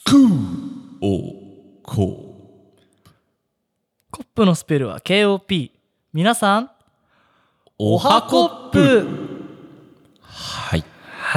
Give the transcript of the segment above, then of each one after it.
クーココップのスペルは KOP。皆さん、 おはコップ。はい。 はい。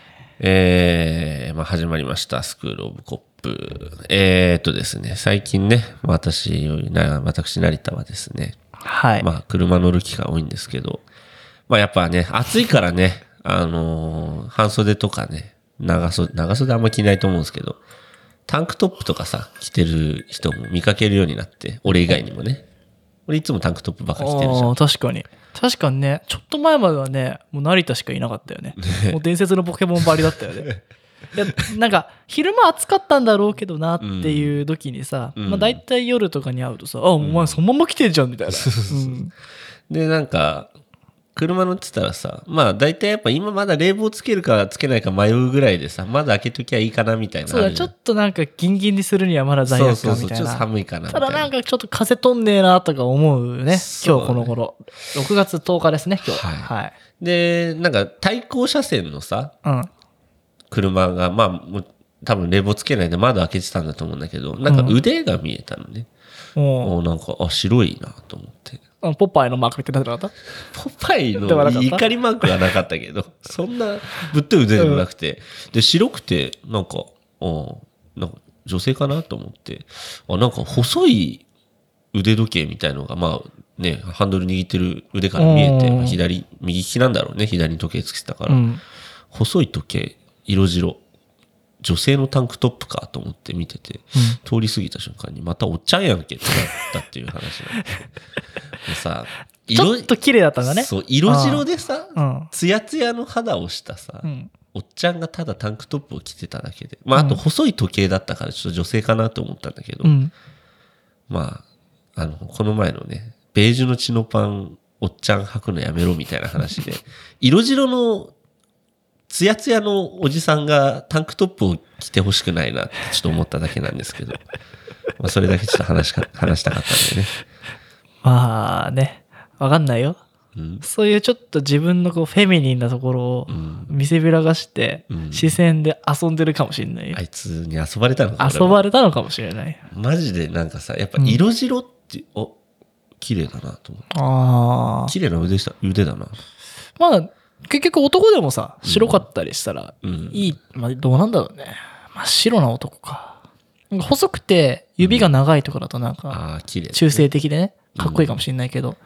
始まりましたスクールオブコップ。ですね、最近ね、私成田はですね、 はい。 車乗る機会多いんですけど、やっぱね、暑いからね、半袖とかね、長袖あんま着ないと思うんですけど、タンクトップとかさ、着てる人も見かけるようになって、俺以外にもね。俺いつもタンクトップばっか着てるじゃん。 確かにね、ちょっと前まではね、もう成田しかいなかったよね。もう伝説のポケモンばりだったよね。いやなんか昼間暑かったんだろうけどなっていう時にさ、だいたい夜とかに会うとさ、お前そのまま来てんじゃんみたいな。 でなんか車乗ってたらさ、だいたいやっぱ今まだ冷房つけるかつけないか迷うぐらいでさ、まだ開けときゃいいかなみたいな。 そうだ、ちょっとなんかギンギンにするにはまだ罪悪感みたいな。 ちょっと寒いかなみたいな。 ただなんかちょっと風飛んねえなとか思うよね。今日この頃。6月10日ですね、今日。はい。 で、なんか対向車線のさ、車が、多分冷房つけないで窓開けてたんだと思うんだけど、なんか腕が見えたのね。なんか、白いなと思って。 ポッパイのマークみたいなのなかった？ ポッパイの怒りマークはなかったけど、そんなぶっとい腕でもなくて、で、白くて、なんか女性かなと思って、なんか細い腕時計みたいのが、ハンドル握ってる腕から見えて、右利きなんだろうね、左に時計つけてたから、細い時計、色白。女性のタンクトップかと思って見てて、通り過ぎた瞬間にまたおっちゃんやんけってなったっていう話なんでさ、 ちょっと綺麗だったんだね。 そう、色白でさ、ツヤツヤの肌をしたさ、おっちゃんがただタンクトップを着てただけで、あと細い時計だったからちょっと女性かなと思ったんだけど、この前のね、ベージュのチノパンおっちゃん履くのやめろみたいな話で、色白のツヤツヤのおじさんがタンクトップを着てほしくないなってちょっと思っただけなんですけど、それだけちょっと話したかったんでね。 わかんないよ。そういうちょっと自分のこうフェミニンなところを見せびらかして、視線で遊んでるかもしれないよ。 あいつに遊ばれたのか遊ばれたのかもしれない。 マジでなんかさ、やっぱ色白って、綺麗だなと思って。綺麗な腕だな。 結局男でもさ、白かったりしたらいい、どうなんだろうね。真っ白な男か。細くて指が長いとかだとなんか中性的でね、かっこいいかもしれないけど、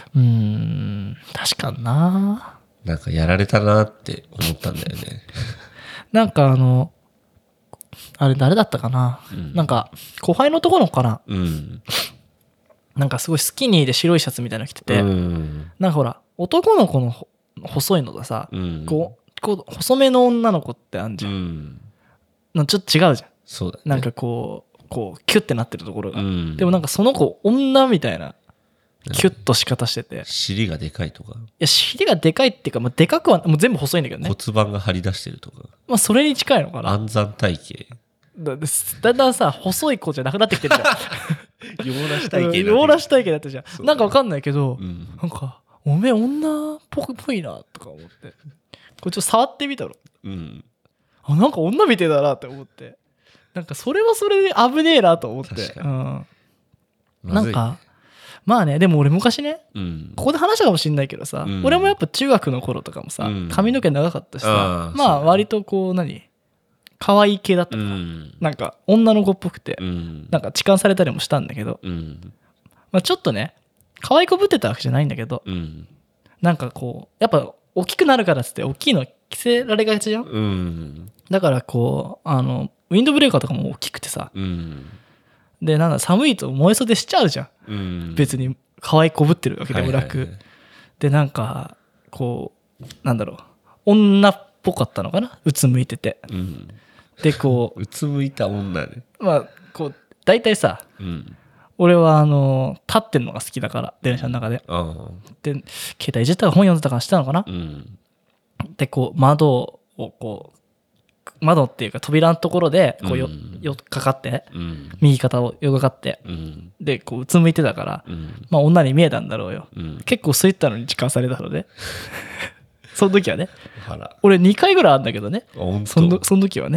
確かにな。 なんかやられたなって思ったんだよね。 なんかあれ誰だったかな、なんか後輩の男の子かな、なんかすごいスキニーで白いシャツみたいなの着てて、なんかほら男の子の細いのがさ、こう細めの女の子ってあんじゃん、ちょっと違うじゃん。 そうだね、 なんかこうキュッてなってるところが、でもなんかその子女みたいなキュッと仕方してて、 尻がでかいとか、 いや尻がでかいっていうか、でかくはもう全部細いんだけどね、 骨盤が張り出してるとか、 それに近いのかな。 暗算体型だんだんさ細い子じゃなくなってきてるじゃん。 洋らし体型洋らし体型だったじゃん。なんかわかんないけど、なんかおめえ女っぽいなとか思って、これちょっと触ってみたろ、なんか女みてえだなって思って、なんかそれはそれで危ねえなと思って、なんかでも俺昔ね、ここで話したかもしんないけどさ、俺もやっぱ中学の頃とかもさ、髪の毛長かったしさ、割とこう可愛い系だったから、なんか女の子っぽくて、なんか痴漢されたりもしたんだけど、ちょっとね可愛い子ぶってたわけじゃないんだけど、なんかこうやっぱ大きくなるからっつって大きいの着せられがちじゃん、だからこうウィンドブレーカーとかも大きくてさ、でなんだ寒いと燃え袖しちゃうじゃん、別に可愛い子ぶってるわけでもなく、でなんかこうなんだろう、女っぽかったのかな、うつむいてて、でこううつむいた女ね、 こう大体さ、俺は立ってんのが好きだから、電車の中で、で携帯いじったか本読んでたかしたのかな、でこう窓っていうか扉のところでこうよっかかって、右肩をよっかかって、でこううつむいてたから、女に見えたんだろうよ、結構そういったのに痴漢されたのでその時はね、俺2回ぐらいあるんだけどね、その時はね、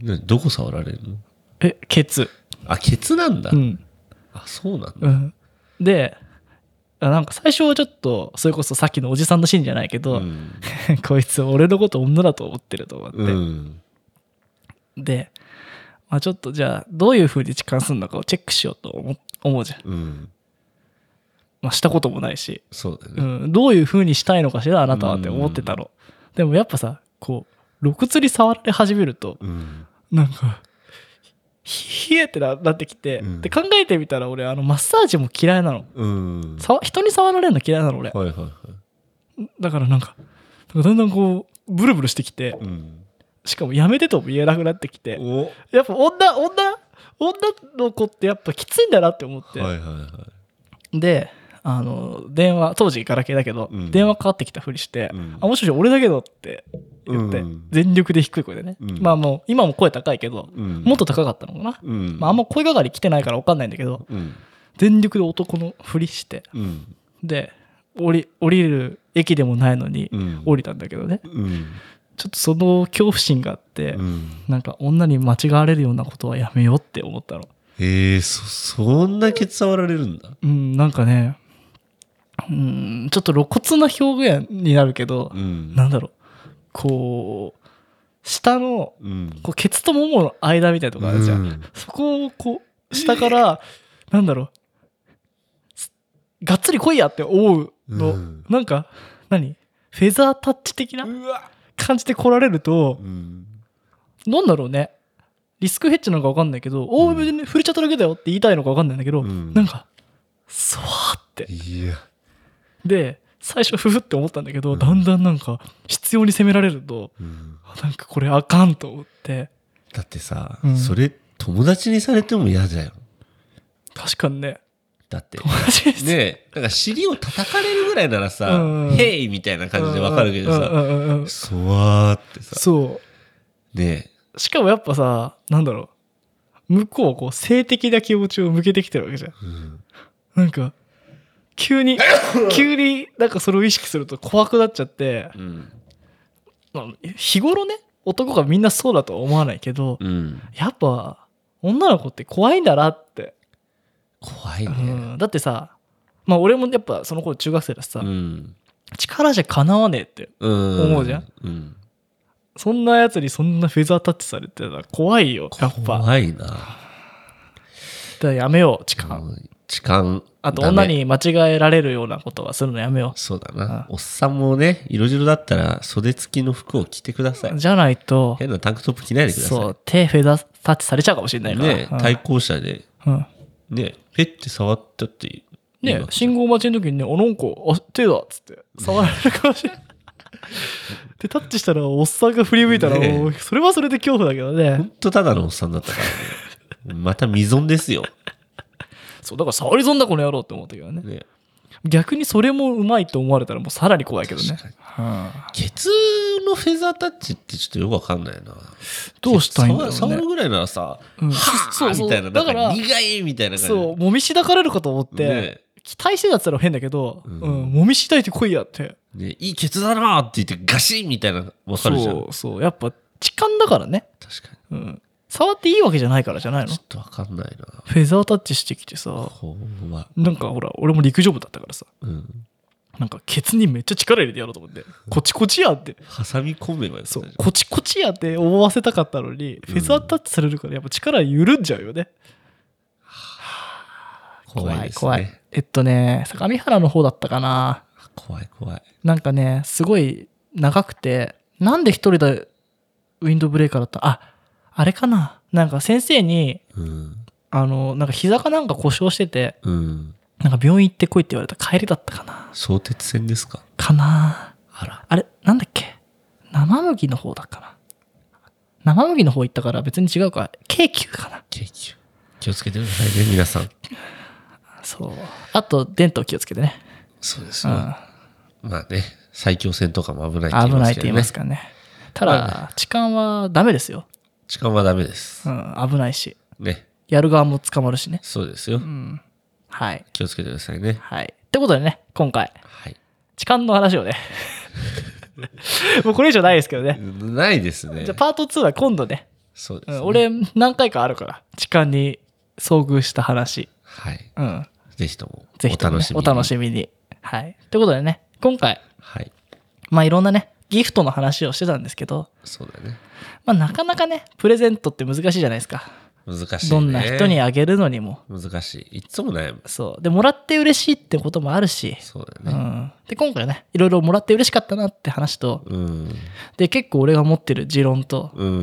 どこ触られるの？ ケツ。 あ、ケツなんだ。 うん。 あ、そうなんだ。 うん。で、なんか最初はちょっと、それこそさっきのおじさんのシーンじゃないけど、うん、こいつ俺のこと女だと思ってると思って。うん、で、まあ、ちょっとじゃあどういう風に痴漢するのかをチェックしようと思うじゃん。うん、まあ、したこともないし、 そうだね、 うん、どういう風にしたいのかしらあなたはって思ってたの。うん、でもやっぱさ、こう露骨に触られ始めると、うん、なんかひえってなってきて、うん、で考えてみたら俺マッサージも嫌いなの、うん、人に触られるの嫌いなの俺、はいはいはい、だからなんかだんだんこうブルブルしてきて、うん、しかもやめてとも言えなくなってきて、やっぱ女の子ってやっぱきついんだなって思って、はいはいはい、で電話当時ガラケーだけど、うん、電話かかってきたふりして、うん、もしもし俺だけどって言って、うん、全力で低い声でね、うん、まあもう今も声高いけど、うん、もっと高かったのかな、まあ、あんま声がかり来てないから分かんないんだけど、全力で男のふりして、で降りる駅でもないのに降りたんだけどね、ちょっとその恐怖心があって、なんか女に間違われるようなことはやめようって思ったの。 そんなケツ触られるんだ。 なんかね、ちょっと露骨な表現になるけど、なんだろう、こう下の、こうケツとももの間みたいなとこあるじゃん、そこをこう下からなんだろう、がっつり来いやって思うの、なんかフェザータッチ的な感じで来られると、なんだろうね、リスクヘッジなのか分かんないけど、別に触れちゃっただけだよって言いたいのか分かんないんだけど、なんかそわーって、で最初フフって思ったんだけど、だんだんなんか必要に責められると、なんかこれあかんと思って。 だってさ、それ友達にされても嫌だよ。 確かにね。 だってね、なんか尻を叩かれるぐらいならさ、ヘイみたいな感じでわかるけどさ、そわーってさ、 そうね、 しかもやっぱさ、なんだろう、向こうこう性的な気持ちを向けてきてるわけじゃん、なんか急になんかそれを意識すると怖くなっちゃって、日頃ね男がみんなそうだとは思わないけど、やっぱ女の子って怖いんだなって。 怖いね、 だってさ、まあ俺もやっぱその頃中学生だしさ、力じゃかなわねえって思うじゃん、そんなやつにそんなフェザータッチされてたら怖いよ、やっぱ怖いな。 だからやめよう、痴漢。あと女に間違えられるようなことはするのやめよう。 そうだな、おっさんもね、色白だったら袖付きの服を着てください。 じゃないと変なタンクトップ着ないでください。 そう、手フェザータッチされちゃうかもしれないからね、対向車で、ね、ペッて触ったっていいね、信号待ちの時にね、なんか手だっつって触られるかもしれないでタッチしたらおっさんが振り向いたら、それはそれで恐怖だけどね。 ほんとただのおっさんだったからねまた未存ですよ。 そうだから触り損だこの野郎って思ったけど ね。逆にそれもうまいと思われたらもうさらに怖いけどね。 ケツのフェザータッチってちょっとよくわかんないな。 どうしたいんだろうね。 触るぐらいならさ、はぁみたいな、だから苦いみたいな感じ。 そう、もみしだかれるかと思って、期待してたって言ったら変だけど、もみしだいてこいやって。 いいケツだなって言ってガシッみたいなわかるじゃん。 そう、やっぱ痴漢だからね。 確かに。 触っていいわけじゃないからじゃないの？ ちょっとわかんないな。 フェザータッチしてきてさ、なんかほら俺も陸上部だったからさ、なんかケツにめっちゃ力入れてやろうと思って、コチコチやって挟み込めばよ。 そう、コチコチやって思わせたかったのに、フェザータッチされるからやっぱ力緩んじゃうよね。 怖いですね。 相模原の方だったかな。 怖い。 なんかね、すごい長くて、なんで一人でウィンドブレーカーだった？あれかな、なんか先生に、なんか膝かなんか故障してて、なんか病院行ってこいって言われた帰りだったかな。 相鉄線ですか？ かな。あれなんだっけ、生麦の方だかな。生麦の方行ったから別に違うか、京急かな。 京急気をつけてくださいね皆さん。 そう、あと電灯気をつけてね。 そうですよ、まあね、埼京線とかも危ないって言いますからね。 ただ痴漢はダメですよ。 痴漢はダメです。 危ないし。 ね。やる側も捕まるしね。 そうですよ。 はい。 気をつけてくださいね。 はい。ってことでね、今回、痴漢の話をね、もうこれ以上ないですけどね。 ないですね。 じゃあパート2は今度ね、 そうですね。 俺何回かあるから痴漢に遭遇した話。 はい。 うん。 ぜひともぜひとも、ね、お楽しみに。はい。ということでね、今回、 はい。 まあいろんなね、ギフトの話をしてたんですけど、 そうだね。 まあなかなかね、プレゼントって難しいじゃないですか。 難しいね。 どんな人にあげるのにも。 難しい。いつも悩む。 そう。で、もらって嬉しいってこともあるし。 そうだよね。 うん。で、今回ね、いろいろもらって嬉しかったなって話と、 うん。 で、結構俺が持ってる持論と、 うん。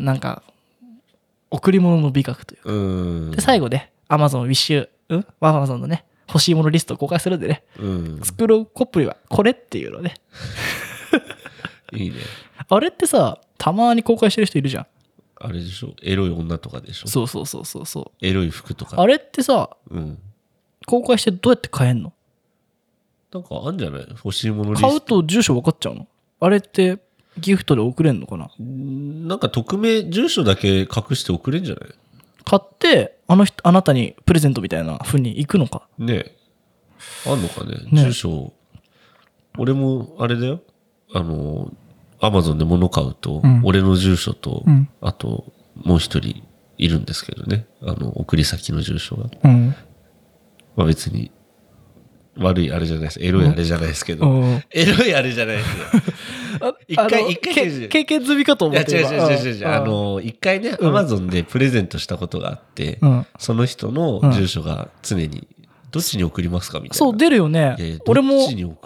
なんか、贈り物の美学というか。 うん。 で、最後で、Amazon ウィッシュ、Amazon のね、欲しいものリストを公開するんでね、 うん。 スクロールコップリはこれっていうのね。 いいね。 あれってさ、たまに公開してる人いるじゃん。 あれでしょ、エロい女とかでしょ。 そうそうそうそうそう。 エロい服とか。 あれってさ、 うん。 公開してどうやって買えんの？ なんかあんじゃない？欲しいものリスト。 買うと住所分かっちゃうの？あれってギフトで送れんのかな？ なんか匿名、住所だけ隠して送れんじゃない？ 買ってあなたにプレゼントみたいな風に行くのかねえ、あんのかね、 ね。 住所。俺もあれだよ、アマゾンで物買うと、俺の住所と、あともう一人いるんですけどね、送り先の住所が、まあ別に悪いあれじゃないです、エロいあれじゃないですけど、エロいあれじゃないですよ。一回経験済みかと思って。 いや違う一回ね、アマゾンでプレゼントしたことがあって、その人の住所が常にどっちに送りますかみたいな。 そう出るよね。俺も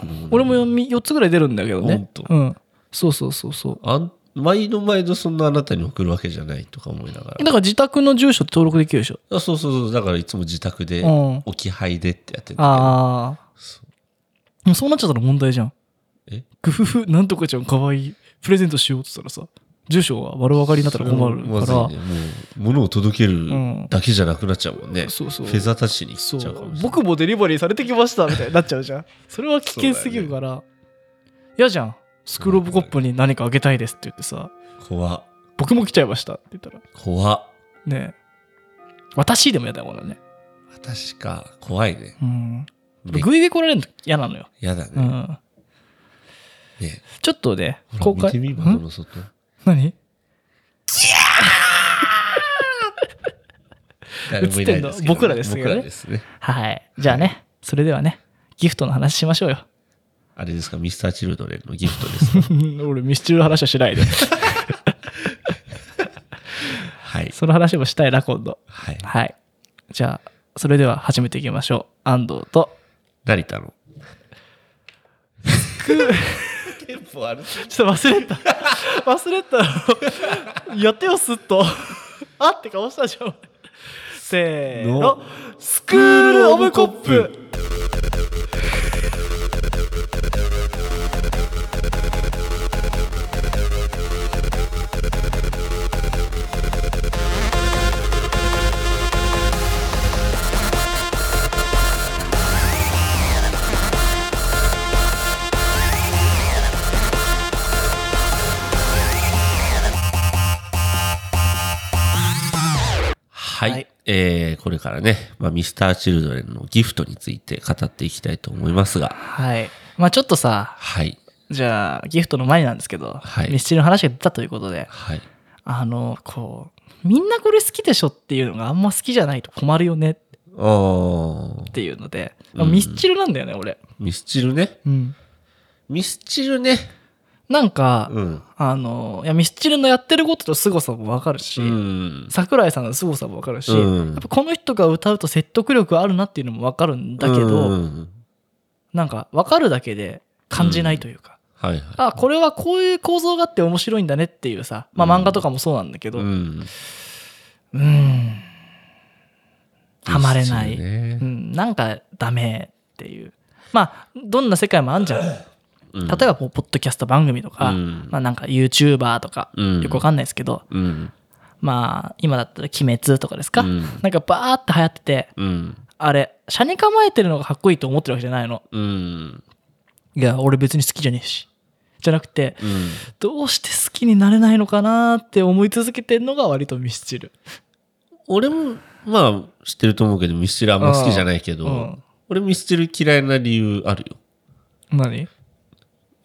4つぐらい出るんだけどね。そうそうそうそう。 毎度そんなあなたに送るわけじゃないとか思いながら。 だから自宅の住所登録できるでしょ。 そうだからいつも自宅で置き配でってやってるんだけど。 ああ。そうなっちゃったら問題じゃん。グフフなんとかちゃんかわいいプレゼントしようとしたらさ、住所が丸分かりになったら困るから。 まずいね、もう物を届けるだけじゃなくなっちゃうもんね。 そうそう。 フェザータッチに行っちゃうかもしれない。 僕もデリバリーされてきましたみたいになっちゃうじゃん。それは危険すぎるから嫌じゃん。スクローブコップに何かあげたいですって言ってさ、 怖っ。 僕も来ちゃいましたって言ったら怖っねえ、私でも嫌だもんね。 私か、怖いね。 グイグイ来られるの嫌なのよ。 嫌だね。 ね、ちょっとね、公開。 見てみ、窓の外。 何？映ってんの僕らですよね。 僕らですね。 はい。じゃあね、それではね、ギフトの話しましょうよ。 あれですか、ミスターチルドレンのギフトですか？ 俺、ミスチルの話はしないで。 はい。 その話もしたいな、今度。 はい。 はい。じゃあ、それでは始めていきましょう。安藤と。 成田の。 テンポある。ちょっと忘れた。やってよ、すっと。あって顔したじゃん。せーの。スクールオブコップ。 はい。これからね、ミスターチルドレンのギフトについて語っていきたいと思いますが。 はい。ちょっとさ、 はい。 じゃあ、ギフトの前なんですけど、 はい、 ミスチルの話が出たということで、 はい。 みんなこれ好きでしょっていうのがあんま好きじゃないと困るよねっていうので、ミスチルなんだよね、俺。 ミスチルね。ミスチルね。 なんか、ミスチルのやってることと凄さも分かるし、桜井さんの凄さも分かるし、やっぱこの人が歌うと説得力あるなっていうのも分かるんだけど、なんか分かるだけで感じないというか、これはこういう構造があって面白いんだねっていうさ、漫画とかもそうなんだけど、ハマれない、なんかダメっていう、どんな世界もあんじゃん。例えばポッドキャスト番組とか、なんか YouTuber とか、よくわかんないですけど、今だったら鬼滅とかですか、なんかバーって流行ってて、あれ車に構えてるのがかっこいいと思ってるわけじゃないの。いや俺別に好きじゃねえしじゃなくて、どうして好きになれないのかなって思い続けてるのが割とミスチル。 俺も知ってると思うけどミスチルあんま好きじゃないけど、俺ミスチル嫌いな理由あるよ。 何？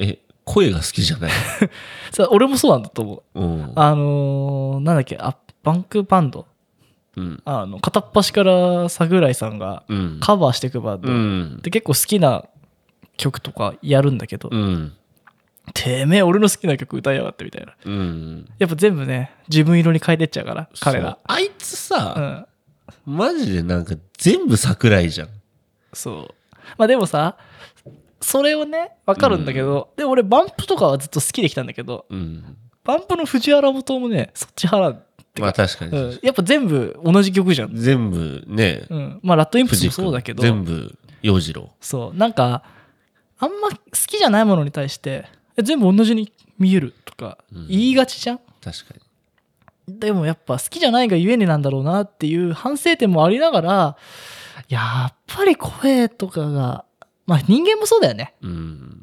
声が好きじゃない。 さ俺もそうなんだと思う。 うん。 なんだっけ、バンクバンド、 うん。 片っ端から桜井さんがうん。 カバーしていくバンド、 うん。 で結構好きな曲とかやるんだけど、 うん。 てめえ俺の好きな曲歌いやがってみたいな。 うん。 やっぱ全部ね自分色に変えてっちゃうから彼ら。 あいつうさ、 ん、 マジでなんか全部桜井じゃん。 そうまあでもさそれをね分かるんだけど、で俺バンプとかはずっと好きできたんだけど、 うん。 バンプの藤原元もねそっち派なんてか、 まあ確かに。 やっぱ全部同じ曲じゃん。 全部ね、 まあラッドインプスもそうだけど、 全部洋次郎。 そうなんかあんま好きじゃないものに対して全部同じに見えるとか言いがちじゃん。 確かに。 でもやっぱ好きじゃないがゆえになんだろうなっていう反省点もありながら、やっぱり声とかがまあ人間もそうだよね。 うん。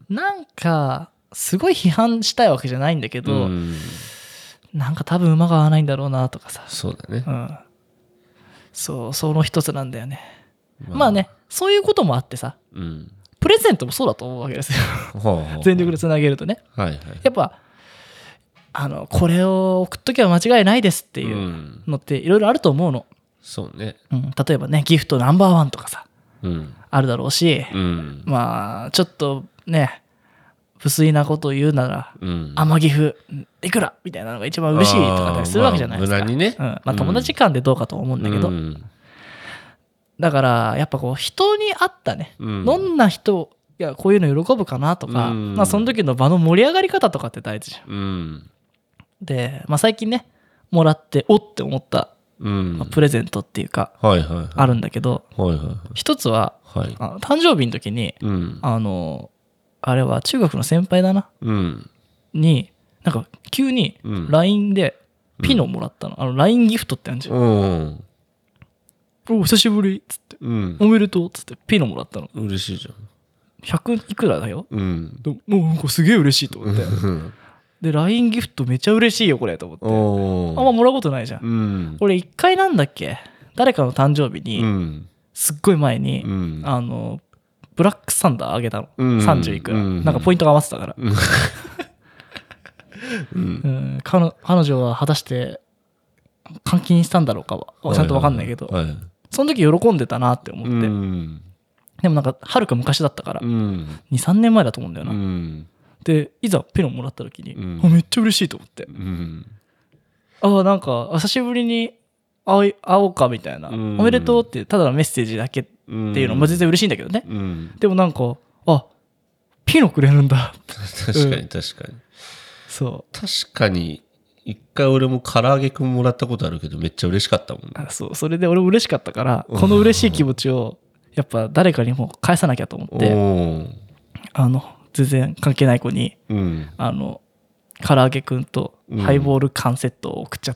なんかすごい批判したいわけじゃないんだけど、 うん。 なんか多分馬が合わないんだろうなとかさ、 そうだね。 そうその一つなんだよね。まあねそういうこともあってさ、 うん。 プレゼントもそうだと思うわけですよ。 はあ、 全力でつなげるとね、 はいはい。 やっぱこれを送っときゃ間違いないですっていうのっていろいろあると思うの。 そうね。 例えばねギフトナンバーワンとかさ、あるだろうし、まあちょっとね不粋なことを言うなら、甘ギフいくらみたいなのが一番嬉しいとかったりするわけじゃないですか。 無難にね。 まあ友達間でどうかと思うんだけど、だからやっぱこう人に合ったね、どんな人がこういうの喜ぶかなとか、まあその時の場の盛り上がり方とかって大事じゃん。で、まあ、最近ねもらっておって思った、プレゼントっていうか、あるんだけど、一つは、誕生日の時に、あれは中学の先輩だな、になんか急に LINE でピノもらったの。LINE ギフトってあるじゃん。お久しぶりっつって、おめでとうっつってピノもらったの。 嬉しいじゃん。 100いくらだよ。もうなんかすげえ嬉しいと思って。で LINE ギフトめちゃ嬉しいよこれと思って。あんまもらうことないじゃん。俺一回なんだっけ誰かの誕生日に、すっごい前に、ブラックサンダーあげたの。30いくら。なんかポイントが余ってたから。彼女は果たして換金したんだろうかはちゃんと分かんないけど、その時喜んでたなって思って。でもなんかはるか昔だったから、2,3 年前だと思うんだよな。でいざペロンもらった時に、めっちゃ嬉しいと思って、なんか久しぶりに会おうかみたいな、おめでとうってただのメッセージだけっていうのも全然嬉しいんだけどね、でもなんかピノくれるんだ確かに確かに、 そう確かに一回俺も唐揚げくんもらったことあるけどめっちゃ嬉しかったもんね。 それで俺嬉しかったから、この嬉しい気持ちをやっぱ誰かにも返さなきゃと思って、全然関係ない子に、唐揚げくんとハイボール缶セットを送っちゃった、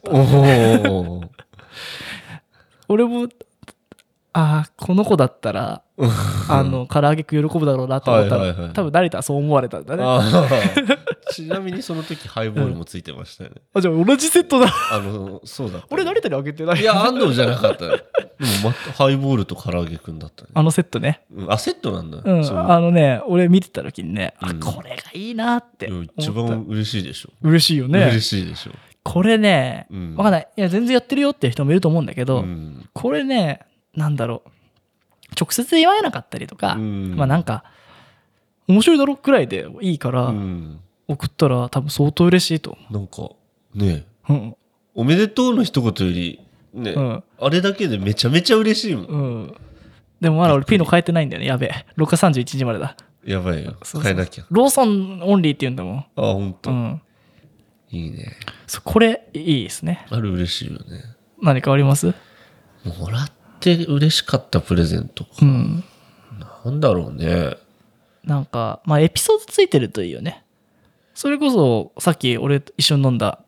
俺もこの子だったら唐揚げくん喜ぶだろうなと思ったら、多分成田はそう思われたんだね。 ちなみにその時ハイボールもついてましたよね。 じゃあ同じセットだ。 そうだ。 俺成田にあげてない。 いや安藤じゃなかった。でもハイボールと唐揚げくんだったね。 セットね。 セットなんだ。 俺見てた時にね、これがいいなって思った。 一番嬉しいでしょ。 嬉しいよね。 嬉しいでしょ。これね、分かんない。いや全然やってるよっていう人もいると思うんだけど、これねなんだろう、直接言わなかったりとか、まあなんか面白いだろくらいでいいから、送ったら多分相当嬉しいと。 なんかね、おめでとうの一言よりね、あれだけでめちゃめちゃ嬉しいもん。 でもまだ俺ピノ変えてないんだよね。やべえ、6月31日までだ。 やばいよ、変えなきゃ。 ローソンオンリーって言うんだもん。 ほんと、いいね。 これいいですね。 嬉しいよね。 何かあります？ もらって嬉しかったプレゼントか、なんだろうね。なんかまあエピソードついてるといいよね。それこそさっき俺一緒に飲んだ、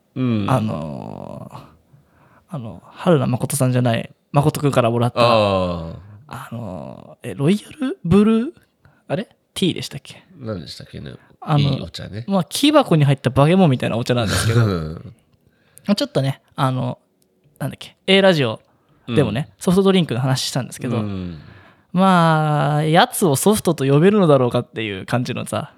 春名誠さんじゃない誠くんからもらったロイヤルブルーティーでしたっけ？ 何でしたっけね。いいお茶ね。 まあ木箱に入ったバゲモンみたいなお茶なんですけどちょっとねなんだっけ A ラジオでもね、ソフトドリンクの話したんですけど、まあやつをソフトと呼べるのだろうかっていう感じのさ、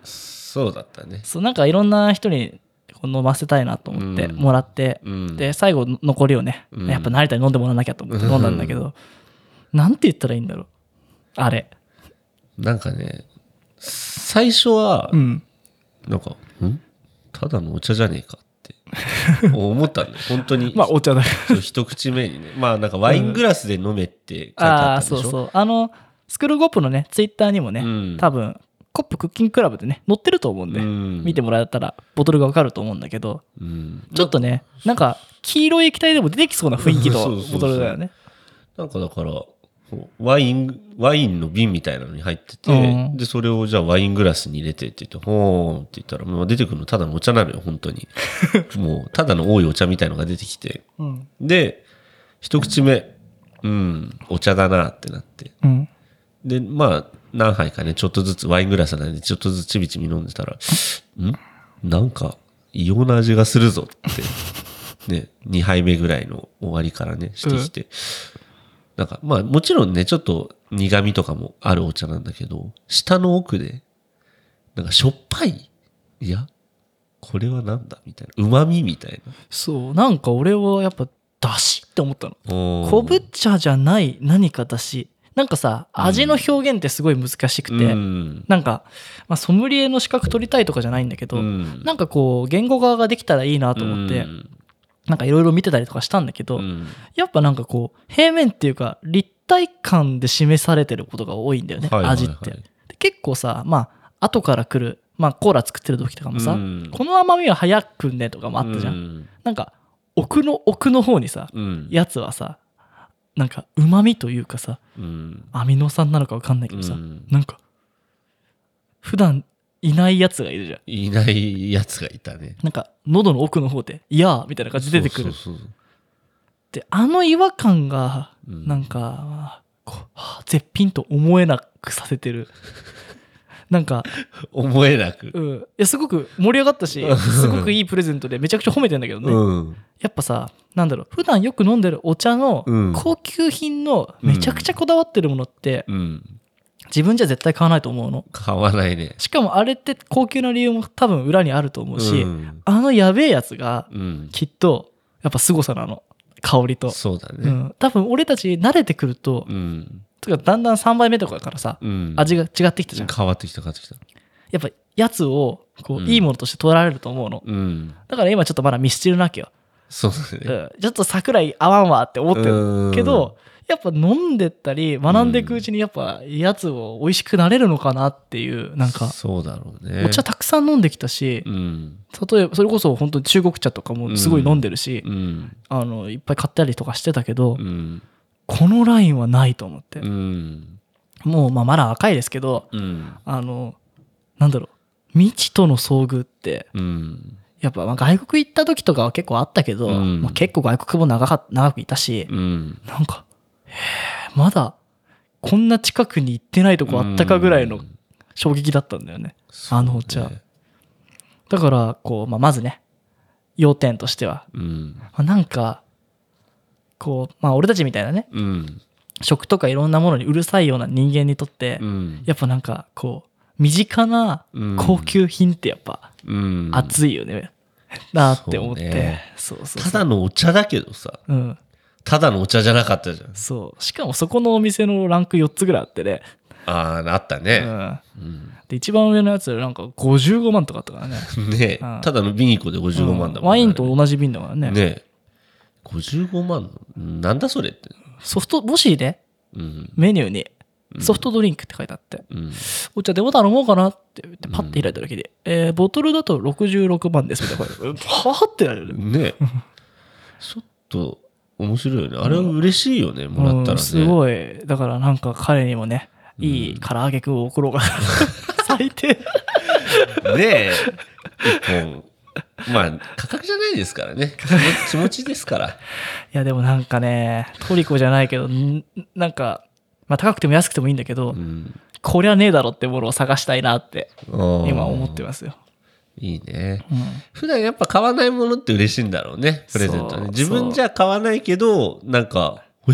そうだったね。 そうなんかいろんな人に飲ませたいなと思ってもらって、で最後残りをね、やっぱ成田に飲んでもらわなきゃと思って飲んだんだけど、なんて言ったらいいんだろうあれ。 なんかね、最初は、なんか、ただのお茶じゃねえかって思ったんだよ、本当に。 まあお茶だ一口目にね。まあなんかワイングラスで飲めって書いてあったんでしょ。 そうそう。スクールコップのね、ツイッターにもね、多分、コップクッキングクラブでね、載ってると思うんで、見てもらったらボトルがわかると思うんだけど、ちょっとね、なんか黄色い液体でも出てきそうな雰囲気のボトルだよね。 なんかだから、ワインの瓶みたいなのに入ってて、で、それをじゃあワイングラスに入れてって言って、ほーんって言ったら、もう出てくるのただのお茶なのよ、本当に。もう、ただの多いお茶みたいのが出てきて。で、一口目、お茶だなってなって。で、まあ、何杯かね、ちょっとずつ、ワイングラスなんで、ちょっとずつちびちび飲んでたら、なんか、異様な味がするぞって、ね、2杯目ぐらいの終わりからね、してきて。なんか、まあ、もちろんね、ちょっと苦味とかもあるお茶なんだけど、下の奥で、なんかしょっぱい？いや、これはなんだみたいな。旨味みたいな。 そう、なんか俺はやっぱ、だしって思ったの。昆布茶じゃない何かだし。なんかさ、味の表現ってすごい難しくて、なんか、まあ、ソムリエの資格取りたいとかじゃないんだけど、なんかこう、言語化ができたらいいなと思って、なんかいろいろ見てたりとかしたんだけど、やっぱなんかこう、平面っていうか、立体感で示されてることが多いんだよね、味って。で結構さ、まあ、後から来る、まあ、コーラ作ってる時とかもさ、この甘みは早くねとかもあったじゃん。なんか、奥の方にさ、やつはさ、なんか旨味というかさ、アミノ酸なのか分かんないけどさ、なんか普段いないやつがいるじゃん。 いないやつがいたね。 なんか喉の奥の方でいやーみたいな感じで出てくる。で違和感がなんか、絶品と思えなくさせてる。なんか思えなく、 いやすごく盛り上がったし、すごくいいプレゼントでめちゃくちゃ褒めてんだけどね、やっぱさ、なんだろう、普段よく飲んでるお茶の高級品のめちゃくちゃこだわってるものって、自分じゃ絶対買わないと思うの。 買わないね。 しかもあれって高級な理由も多分裏にあると思うし、やべえやつがきっとやっぱ凄さなの、香りと。 そうだね、 多分俺たち慣れてくると、だんだん3杯目とかからさ、味が違ってきたじゃん。 変わってきた。 やっぱやつをこう、いいものとして捉えられると思うの、だから今ちょっとまだミスチルなわけよ。 そうだね、 ちょっと桜井合わんわって思ってるけど、やっぱ飲んでったり学んでいくうちにやっぱやつを美味しくなれるのかなっていう、なんかそうだろうね。 お茶たくさん飲んできたし、例えばそれこそ本当に中国茶とかもすごい飲んでるし、いっぱい買ったりとかしてたけど、このラインはないと思って、もうまだ若いですけど、なんだろう、未知との遭遇って、やっぱ外国行った時とかは結構あったけど、結構外国も長くいたし、なんかまだこんな近くに行ってないとこあったかぐらいの衝撃だったんだよね、あのお茶。だからこう、まずね、要点としては、なんかこう、俺たちみたいなね、食とかいろんなものにうるさいような人間にとって、やっぱなんかこう身近な高級品ってやっぱ熱いよね、なって思って。 ただのお茶だけどさ、ただのお茶じゃなかったじゃん。 そうしかもそこのお店のランク4つぐらいあってね。 あったね、 で一番上のやつなんか55万とかあったからね。 ね、ただの瓶1個で55万だもんね、 ワインと同じ瓶だからね。 ね、55万なんだそれって。 ソフトボシーで、メニューにソフトドリンクって書いてあって、お茶でも頼もうかなって言ってパッて開いた時で、ボトルだと66万ですみたいなはぁってなるよね。 ちょっと面白いよね、あれは嬉しいよね、もらったらね。 すごい。だからなんか彼にもね、いい唐揚げくんを送ろうかな最低ねえ、1本まあ価格じゃないですからね、気持ちですから。いやでもなんかね、トリコじゃないけど、なんか高くても安くてもいいんだけど、こりゃねえだろってものを探したいなって今思ってますよ。 いいね、普段やっぱ買わないものって嬉しいんだろうね、プレゼントね。自分じゃ買わないけどなんかって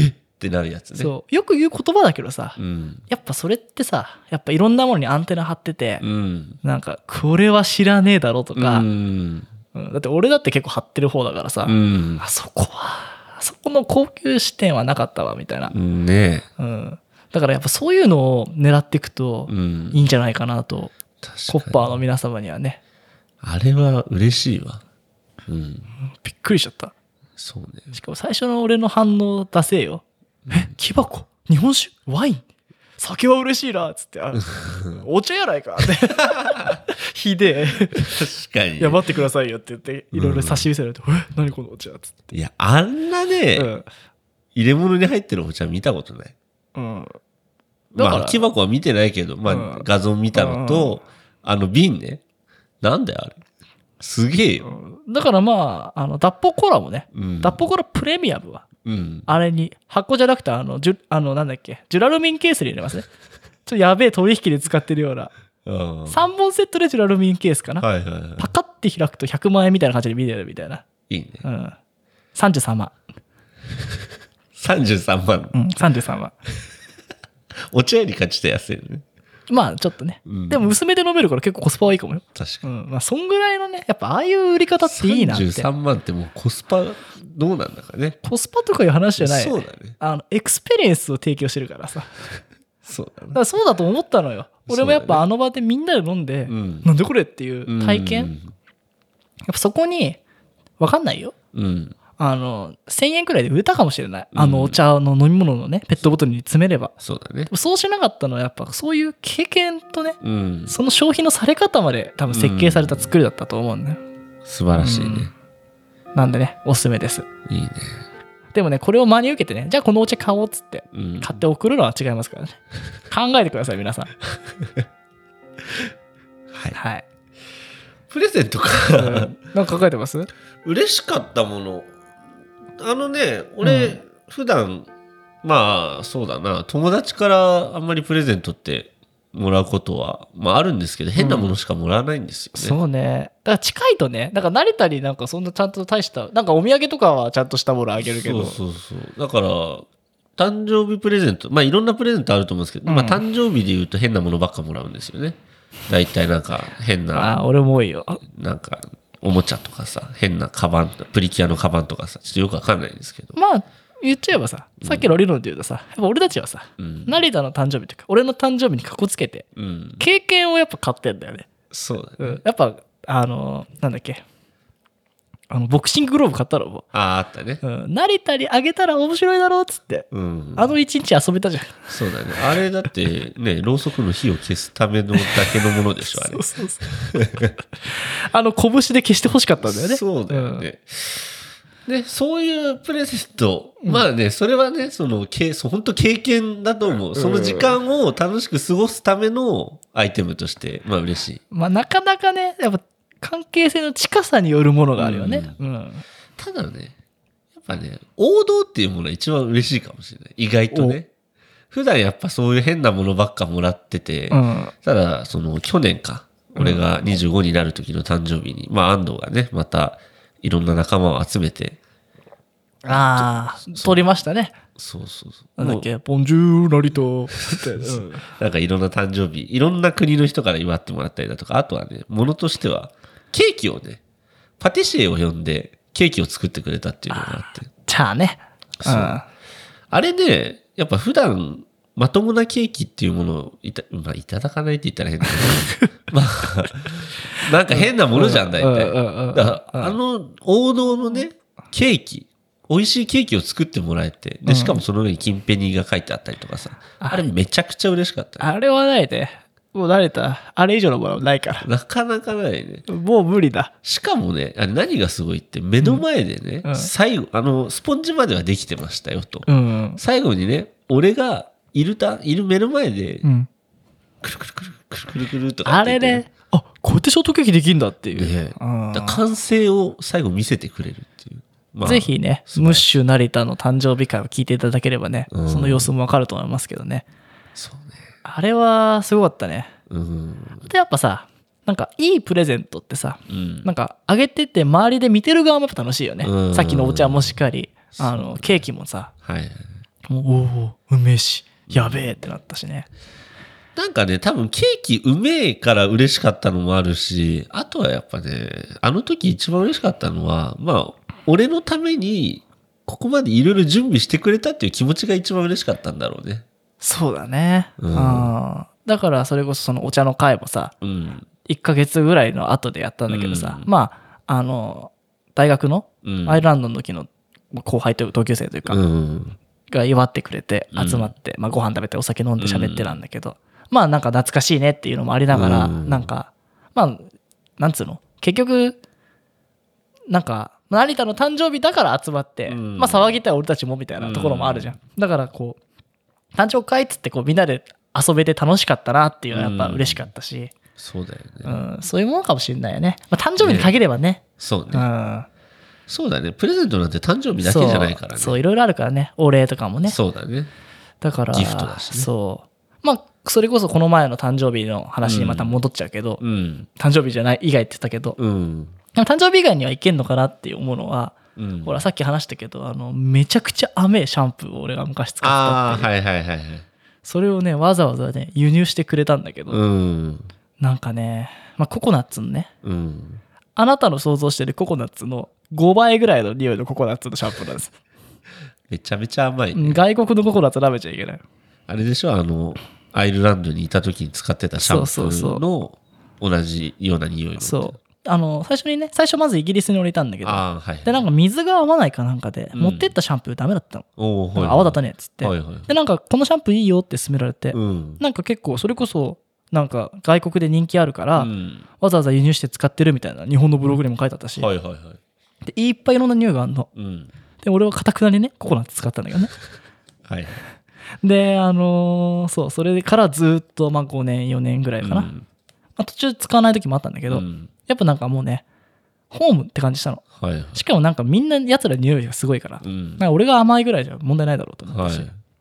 ってなるやつね。 そうよく言う言葉だけどさ、 うん。 やっぱそれってさ、やっぱいろんなものにアンテナ張ってて、 うん。 なんかこれは知らねえだろとか、 うん。 だって俺だって結構張ってる方だからさ、 うん。 あそこの高級視点はなかったわみたいな、 ねだからやっぱそういうのを狙っていくとうんいいんじゃないかなと、コッパーの皆様にはね。 あれは嬉しいわ。うん。 びっくりしちゃった。 そうね。 しかも最初の俺の反応出せよ。木箱日本酒ワイン酒は嬉しいなっつって、お茶やないかってひでえ確かに。 いや待ってくださいよって言っていろいろ差し見せられて、何このお茶っつって。 いや、あんなね、入れ物に入ってるお茶見たことない。 だからまあ、木箱は見てないけど、まあ、画像見たのと、瓶ね。なんだよ、あれ。すげえよ。 だからまあ、脱法コーラもね、脱法コーラプレミアムは、あれに、箱じゃなくて、なんだっけ、ジュラルミンケースに入れますね。ちょっとやべえ取引で使ってるような。3本セットでジュラルミンケースかな。パカッて開くと100万円みたいな感じで見れるみたいな。 いいね。 33万。 33万。 33万。 お茶よりかちょっと安いね。 まあちょっとね、でも薄めで飲めるから結構コスパはいいかもよ。 確かに。まあそんぐらいのね、やっぱああいう売り方っていいなって。 33万ってもうコスパどうなんだかね。 コスパとかいう話じゃない。 そうだね。 エクスペリエンスを提供してるからさ。 そうだね。 だからそうだと思ったのよ。俺もやっぱあの場でみんなで飲んで、なんでこれっていう体験。やっぱそこに、わかんないよ。1000円くらいで売れたかもしれない。お茶の飲み物のね、ペットボトルに詰めれば。 そうだね。 そうしなかったのはやっぱそういう経験とね、その消費のされ方まで多分設計された作りだったと思うんだよ。 素晴らしいね。 なんでね、おすすめです。 いいね。 でもね、これを真に受けてね、じゃあこのお茶買おうっつって、買って送るのは違いますからね。考えてください、皆さん。はい。 プレゼントか。 なんか考えてます？ 嬉しかったもの。俺、普段、まあ、そうだな、友達からあんまりプレゼントってもらうことは、まああるんですけど、変なものしかもらわないんですよね。 そうね。だから近いとね、なんか慣れたり、なんかそんなちゃんと大した、なんかお土産とかはちゃんとしたものあげるけど。 そう。だから、誕生日プレゼント、まあいろんなプレゼントあると思うんですけど、まあ誕生日で言うと変なものばっかもらうんですよね。大体なんか変な。 俺も多いよ。 なんか、おもちゃとかさ、変なカバン、プリキュアのカバンとかさ、ちょっとよくわかんないんですけど。 まあ、言っちゃえばさ、さっきの理論で言うとさ、やっぱ俺たちはさ、成田の誕生日とか、俺の誕生日にかこつけて、経験をやっぱ買ってんだよね。 そうだね。 やっぱ、なんだっけ、ボクシンググローブ買ったろ。 あったね。 成田にあげたら面白いだろうっつって、一日遊べたじゃん。 そうだね。あれだってね、ろうそくの火を消すためのだけのものでしょ、あれ。 そう。拳で消してほしかったんだよね。 そうだよね。で、そういうプレゼント、まあね、それはね、本当経験だと思う。その時間を楽しく過ごすためのアイテムとして、まあ嬉しい。 まあなかなかね、やっぱ関係性の近さによるものがあるよね。 ただね、やっぱね、王道っていうものは一番嬉しいかもしれない。意外とね。普段やっぱそういう変なものばっかもらってて、ただ、去年か、俺が25になる時の誕生日に、まあ安藤がね、またいろんな仲間を集めて、 撮りましたね。 そう。 なんだっけ、ボンジュー成田。 なんかいろんな誕生日、いろんな国の人から祝ってもらったりだとか、あとはね、ものとしては、ケーキをね、パティシエを呼んでケーキを作ってくれたっていうのがあって。 ね。 あれね、やっぱ普段、まともなケーキっていうものをいただかないって言ったら変だけど、まあ、なんか変なものじゃん、大体。王道のね、ケーキ、美味しいケーキを作ってもらえて、で、しかもその上に金ペニーが書いてあったりとかさ、あれめちゃくちゃ嬉しかった、 ね。あれはないね。もう慣れた。あれ以上のものないから。 なかなかないね。 もう無理だ。 しかもね、何がすごいって、目の前でね、最後、スポンジまではできてましたよと。最後にね、俺がいる目の前で、くるくるとかあれね、こうやってショートケーキできんだっていう。 ね、完成を最後見せてくれるっていう。 まあ、ぜひね、ムッシュ成田の誕生日会を聞いていただければね、その様子もわかると思いますけどね。 そうね。 あれはすごかったね。で、やっぱさ、なんかいいプレゼントってさ、なんかあげてて周りで見てる側もやっぱ楽しいよね。さっきのお茶もしっかり、ケーキもさ、 おおうめえしやべえってなったしね。 なんかね、多分ケーキうめえから嬉しかったのもあるし、あとはやっぱね、あの時一番嬉しかったのは、まあ、俺のために、ここまでいろいろ準備してくれたっていう気持ちが一番嬉しかったんだろうね。 そうだね。 うん、 だからそれこそそのお茶の会もさ、 うん、 1ヶ月ぐらいの後でやったんだけどさ、 うん、 まあ、大学のアイルランドの時の後輩という同級生というか、が祝ってくれて集まって、まあ、ご飯食べてお酒飲んで喋ってたんだけど、まあなんか懐かしいねっていうのもありながら、なんか、まあ、なんつうの結局、なんか、成田の誕生日だから集まって、まあ騒ぎたい俺たちもみたいなところもあるじゃん。だからこう、誕生会っつってこうみんなで遊べて楽しかったなっていうのはやっぱ嬉しかったし、 そうだよね。 そういうものかもしれないよね。まあ、誕生日に限ればね。 そうね。そうだね。プレゼントなんて誕生日だけじゃないからね。 そう、いろいろあるからね。お礼とかもね。 そうだね。 だから、 ギフトだしね。 そう。まあ、それこそこの前の誕生日の話にまた戻っちゃうけど、誕生日じゃない以外って言ったけど、でも誕生日以外にはいけんのかなって思うのは、ほらさっき話したけどめちゃくちゃ甘いシャンプーを俺が昔使ってたっていう。 はいはいはいはい。 それをねわざわざね輸入してくれたんだけど、なんかね、まあ、ココナッツのね、あなたの想像してるココナッツの5倍ぐらいの匂いのココナッツのシャンプーなんです。 めちゃめちゃ甘いね。 外国のココナッツ舐めちゃいけない。 あれでしょアイルランドにいた時に使ってたシャンプーの同じような匂いの。 そう最初まずイギリスに降りたんだけど、でなんか水が合わないかなんかで、持ってったシャンプーダメだったの。泡立たねえっつって、でなんかこのシャンプーいいよって勧められて、なんか結構それこそなんか外国で人気あるから、わざわざ輸入して使ってるみたいな日本のブログにも書いてあったし、でいっぱいいろんな匂いがあるの、で俺はかたくなにねココナッツ使ったんだけどねでそうそれからずっとまあ5年4年ぐらいかな、途中使わない時もあったんだけど、やっぱなんかもうねホームって感じしたの、しかもなんかみんなやつら匂いがすごいから、なんか俺が甘いぐらいじゃ問題ないだろうと思ったし、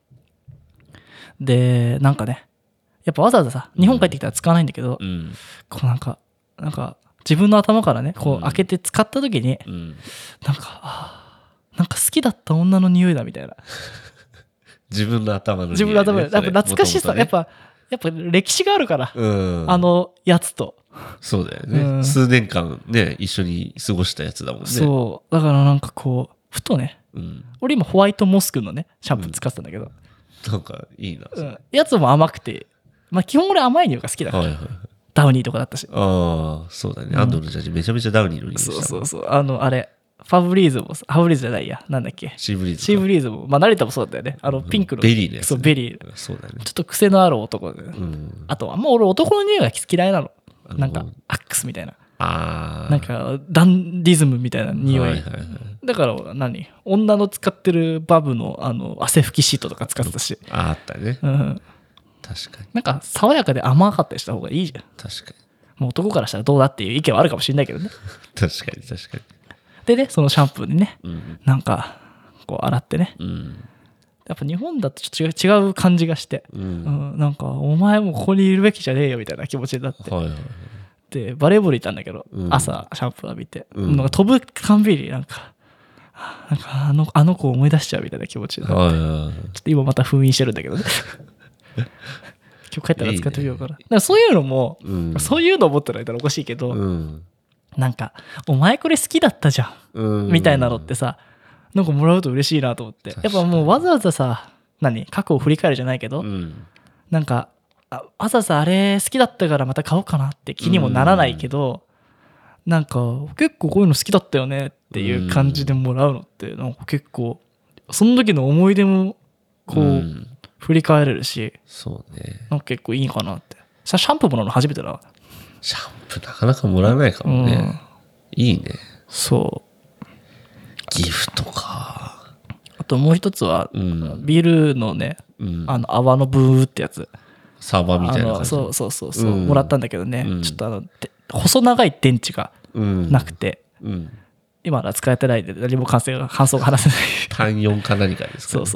でなんかねやっぱわざわざさ日本帰ってきたら使わないんだけど、こうなんか自分の頭からねこう開けて使った時に、なんか好きだった女の匂いだみたいな自分の頭の匂い、 自分の頭でやっぱ懐かしさ、やっぱ歴史があるから、やつとそうだよね、数年間ね一緒に過ごしたやつだもんね。 そうだからなんかこうふとね、俺今ホワイトモスクのねシャンプー使ってたんだけど、 なんかいいな、 やつも甘くて、まあ基本俺甘い匂いが好きだから、ダウニーとかだったし。 そうだね、アンドのジャージめちゃめちゃダウニーの匂いした。 そうあれファブリーズじゃないや、なんだっけ、 シーブリーズも、まあ成田もそうだったよね、ピンクのベリーのやつ、 そうベリー、 そうだね、 ちょっと癖のある男で、あとあんま俺男の匂いが嫌いなの、なんかアックスみたいな、なんかダンディズムみたいな匂い、だから女の使ってるバブの汗拭きシートとか使ってたし、 あったね、確かになんか爽やかで甘かったりした方がいいじゃん。 確かにもう男からしたらどうだっていう意見はあるかもしれないけどね。 確かにでねそのシャンプーにね、なんかこう洗ってね、やっぱ日本だとちょっと違う感じがして、なんかお前もここにいるべきじゃねえよみたいな気持ちになって、でバレーボール行ったんだけど、朝シャンプー浴びて、なんか飛ぶたんびになんかあの子を思い出しちゃうみたいな気持ちになって、ちょっと今また封印してるんだけどね今日帰ったら使ってみようかな。だからそういうのも、そういうの思ったらおかしいけど、なんかお前これ好きだったじゃん、みたいなのってさ、なんかもらうと嬉しいなと思って、やっぱもうわざわざさ過去を振り返るじゃないけど、なんかわざわざあれ好きだったからまた買おうかなって気にもならないけど、なんか結構こういうの好きだったよねっていう感じでもらうのってなんか結構その時の思い出もこう振り返れるし、 そうね、 なんか結構いいかなって。シャンプーもらうの初めてだわ。 シャンプーなかなかもらえないかもね、いいね。 そうギフトか。 あともう一つは、ビールのね、泡のブーってやつ、 サーバーみたいな感じ、 そう、もらったんだけどね、ちょっと細長い電池がなくて、今は使えてないんで何も感想が話せない単4か何かですか、ね、 そう、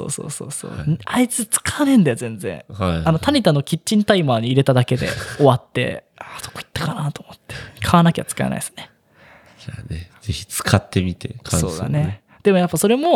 あいつ使わねえんだよ全然、タニタのキッチンタイマーに入れただけで終わってどこ行ったかなと思って買わなきゃ使えないですね。 じゃあねぜひ使ってみて感想、ね、 そうだね。でもやっぱそれも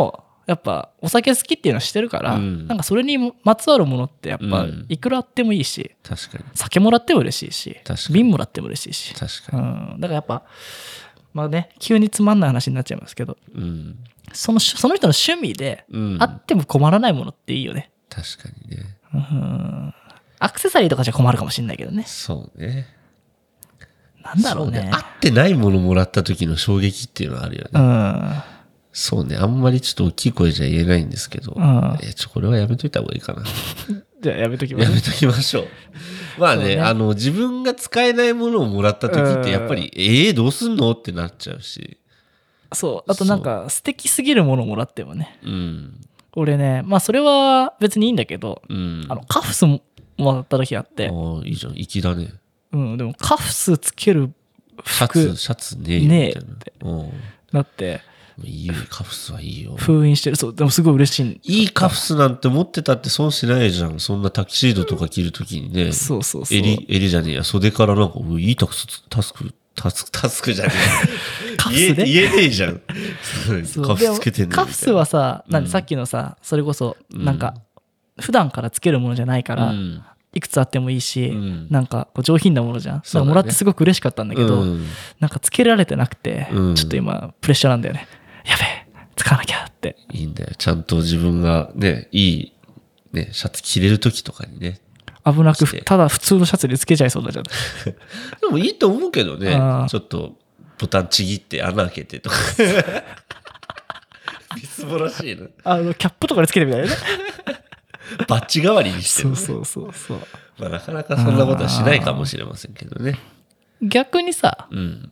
やっぱお酒好きっていうのはしてるから、なんかそれにまつわるものってやっぱいくらあってもいいし、 確かに酒もらっても嬉しいし、瓶もらっても嬉しいし、 確かに、 だからやっぱまあね、急につまんない話になっちゃいますけど、その人の趣味であっても困らないものっていいよね。 確かにね。 アクセサリーとかじゃ困るかもしれないけどね。 そうね。 なんだろうね。 合ってないものもらった時の衝撃っていうのはあるよね。そうね。あんまりちょっと大きい声じゃ言えないんですけど、これはやめといた方がいいかな。 じゃあやめときましょう。 やめときましょう。まあね、自分が使えないものをもらった時ってやっぱり、どうすんのってなっちゃうし。 そう。あとなんか素敵すぎるものをもらってもね。俺ね、まあそれは別にいいんだけど、カフスもらった時あって。 いいじゃん。粋だね。 でもカフスつける服シャツねえよみたいな。 ってなって。 いいよ、カフスはいいよ。 封印してる。そう、でもすごい嬉しい。 いいカフスなんて持ってたって損しないじゃん。そんなタキシードとか着るときにね。 そう。 襟じゃねえや。袖からなんか、いいタスクじゃねえ。 カフスで言えねえじゃん。カフスつけてんの。 カフスはさ、さっきのさ、それこそ、なんか、普段からつけるものじゃないから、いくつあってもいいし、なんかこう上品なものじゃん。だからもらってすごく嬉しかったんだけど、なんかつけられてなくて、ちょっと今プレッシャーなんだよね。やべえ、使わなきゃって。いいんだよ。ちゃんと自分がね、いいね、シャツ着れる時とかにね。 危なく、ただ普通のシャツにつけちゃいそうだじゃん。 でもいいと思うけどね。ちょっとボタンちぎって穴開けてとか。みすぼらしいな。 キャップとかにつけてみたいなね。 バッジ代わりにしてる、ね。 そう。 まあなかなかそんなことはしないかもしれませんけどね。 逆にさ、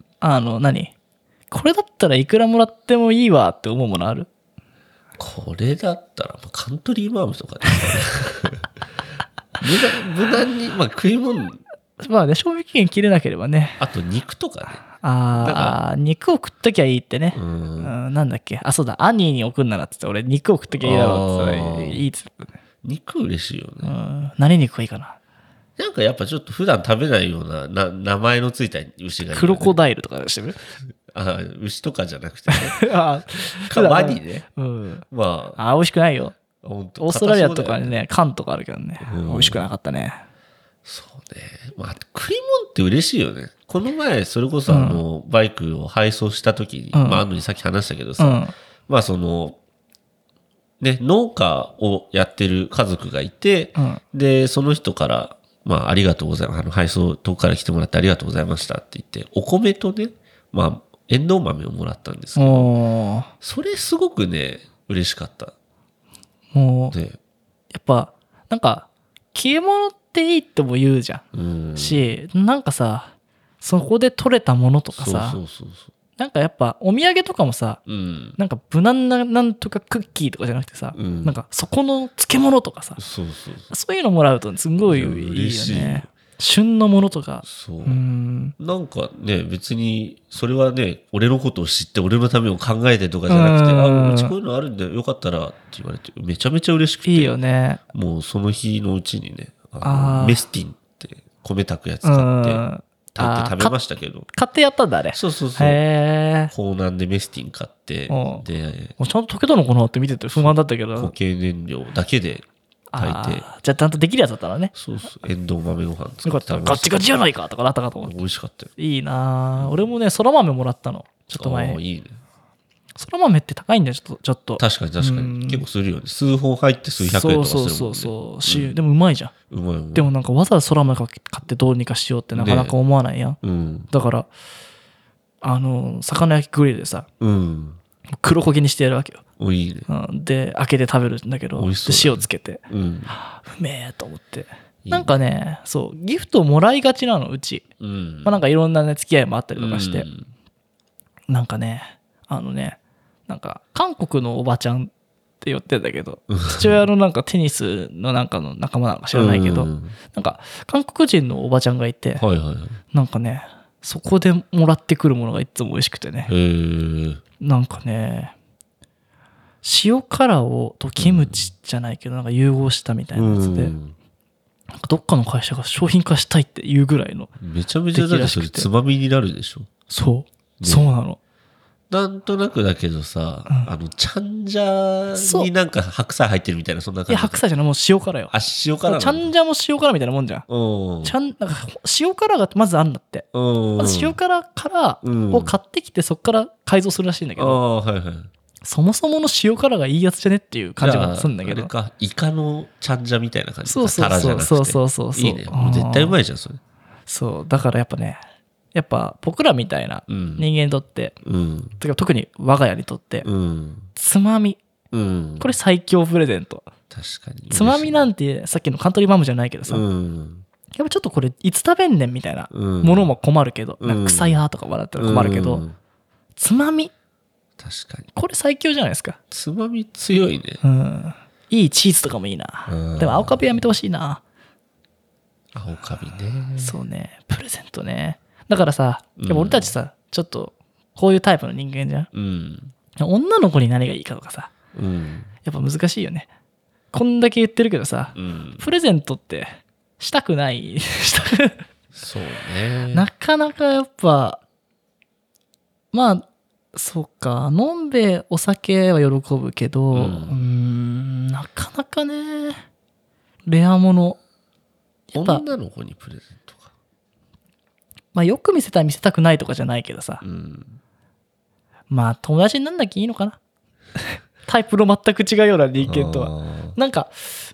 これだったらいくらもらってもいいわって思うものある？ これだったら、カントリーマームとかですかね。無難に、食い物。 まあね、賞味期限切れなければね。 あと肉とかね。肉を食っときゃいいってね。なんだっけ。そうだ、アニーに送んならって言って、俺肉を食っときゃいいだろうって言ったらいいって言ったね。 肉嬉しいよね。 何肉がいいかな。 なんかやっぱちょっと普段食べないような名前のついた牛がいい、ね。 クロコダイルとかしてる？ 牛とかじゃなくてね。ワニね。 まあ。美味しくないよ。オーストラリアとかにね、缶とかあるけどね。美味しくなかったね。 そうね。食い物って嬉しいよね。この前、それこそバイクを配送した時に、にさっき話したけどさ、ね、農家をやってる家族がいて、で、その人から、ありがとうございます。配送遠くから来てもらってありがとうございましたって言って、お米とね、エンドウ豆をもらったんですけど、それすごくね、嬉しかった。 もう、やっぱ、なんか、消え物っていいっても言うじゃん。し、なんかさ、そこで取れたものとかさ、なんかやっぱお土産とかもさ、なんか無難ななんとかクッキーとかじゃなくてさ、なんかそこの漬物とかさ、そういうのもらうとすごいいいよね。旬のものとか。 なんかね、別にそれはね、俺のことを知って俺のためを考えてとかじゃなくて、うちこういうのあるんだよ、よかったらって言われて、めちゃめちゃ嬉しくて。 いいよね。 もうその日のうちにね、メスティンって米炊くやつ買って。食べましたけど。 買ってやったんだ、あれ。 そう。港南でメスティン買って、で、 ちゃんと溶けたのかなって見てて不安だったけど。 固形燃料だけで炊いて。 じゃあちゃんとできるやつだったらね。 そう。エンドウ豆ご飯作ってよかった。ガチガチじゃないかとかなったかと思って。 美味しかったよ。 いいな俺もね、そら豆もらったの。ちょっと前。 いいね。 そら豆って高いんだよ、ちょっと。 確かに。結構するよね。数本入って数百円とかするもんね。 そう。でもうまいじゃん。 うまい。 でもなんかわざわざそら豆買ってどうにかしようってなかなか思わないやん。だから、魚焼きグリルでさ、黒焦げにしてやるわけよ。 いいね。 で、開けて食べるんだけど、塩つけて。うめえと思って。なんかね、そう、ギフトをもらいがちなの、うち。なんかいろんなね、付き合いもあったりとかして。なんかね、なんか韓国のおばちゃんって言ってんだけど、父親のなんかテニスのなんかの仲間なんか知らないけど、なんか韓国人のおばちゃんがいて、なんかね、そこでもらってくるものがいつも美味しくてね、なんかね、塩辛とキムチじゃないけどなんか融合したみたいなやつで、なんかどっかの会社が商品化したいっていうぐらいの。 めちゃめちゃだってそれつまみになるでしょ。 そうなの。 なんとなくだけどさ、チャンジャになんか白菜入ってるみたいな、そんな感じ。 いや、白菜じゃない、もう塩辛よ。 塩辛チャンジャも塩辛みたいなもんじゃん。なんか塩辛がまずあるんだって。まず塩辛からを買ってきて、そこから改造するらしいんだけど、そもそもの塩辛がいいやつじゃねっていう感じがするんだけど。 イカのチャンジャみたいな感じ。 そう。 いいね。絶対うまいじゃん、それ。 そう。だからやっぱね、僕らみたいな人間にとって、特に我が家にとって、つまみ、これ最強プレゼント。 確かに。 つまみなんてさっきのカントリーマムじゃないけどさ、やっぱちょっとこれいつ食べんねんみたいなものも困るけど、なんか臭いなとか笑ったら困るけど、つまみ、 確かに。 これ最強じゃないですか。 つまみ強いね。 いいチーズとかもいいな。でも青カビやめてほしいな。 青カビね。 そうね、プレゼントね。だからさ、俺たちさ、ちょっとこういうタイプの人間じゃん。女の子に何がいいかとかさ、やっぱ難しいよね。こんだけ言ってるけどさ、プレゼントってしたくない。 そうね。なかなかやっぱ、まあ、そっか、飲んでお酒は喜ぶけど、なかなかね、レアもの。 女の子にプレゼントか。 まあよく見せたい見せたくないとかじゃないけどさ、まあ友達になんなきゃいいのかな。タイプの全く違うような人間とは。なんか、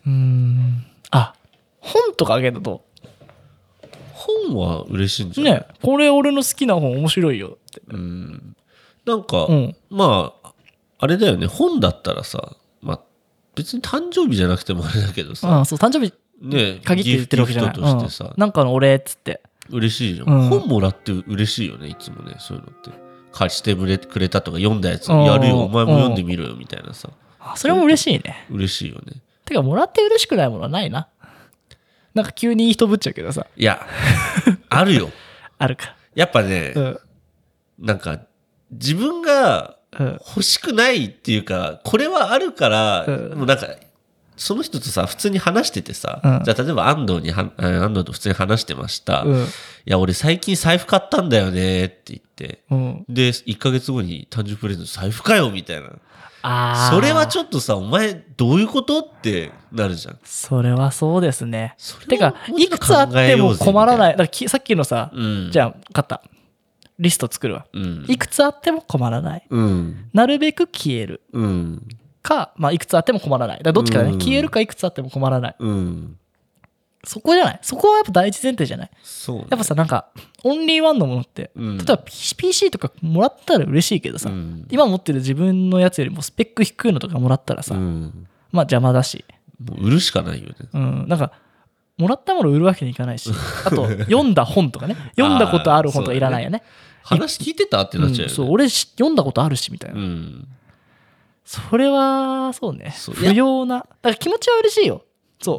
本とかあげると。 本は嬉しいんじゃない？ ね、これ俺の好きな本面白いよって。 なんか、まあ、あれだよね、本だったらさ、まあ、別に誕生日じゃなくてもあれだけどさ。 そう、誕生日ね、 限って言ってるわけじゃない。 ギフトとしてさ、 なんかのお礼っつって。 嬉しいじゃん。本もらって嬉しいよね、いつもね、そういうのって。貸してくれたとか読んだやつやるよ、お前も読んでみろよみたいなさ。 それも嬉しいね。 嬉しいよね。 てか、もらって嬉しくないものはないな。なんか急にいい人ぶっちゃうけどさ。 いや、あるよ。 あるか。 やっぱね、なんか、自分が欲しくないっていうか、これはあるから、もうなんか、その人とさ、普通に話しててさ、じゃあ例えば安藤と普通に話してました。いや、俺最近財布買ったんだよねって言って、で、1ヶ月後に誕生日プレゼント財布かよみたいな。それはちょっとさ、お前どういうことってなるじゃん。 それはそうですね。てか、いくつあっても困らない。だからさっきのさ、じゃあ、買った。リスト作るわ。いくつあっても困らない。なるべく消える。か、まあ、いくつあっても困らない。だからどっちかだね。消えるかいくつあっても困らない。そこじゃない。そこはやっぱ第一前提じゃない。やっぱさ、なんか、オンリーワンのものって、例えば PC とかもらったら嬉しいけどさ、今持ってる自分のやつよりもスペック低いのとかもらったらさ、まあ邪魔だし。 もう売るしかないよね。 なんか、もらったもの売るわけにいかないし、あと、読んだ本とかね。読んだことある本とかいらないよね。 話聞いてたってなっちゃうよね。 そう、俺読んだことあるし、みたいな。それは、そうね。不要な。だから気持ちは嬉しいよ。そう。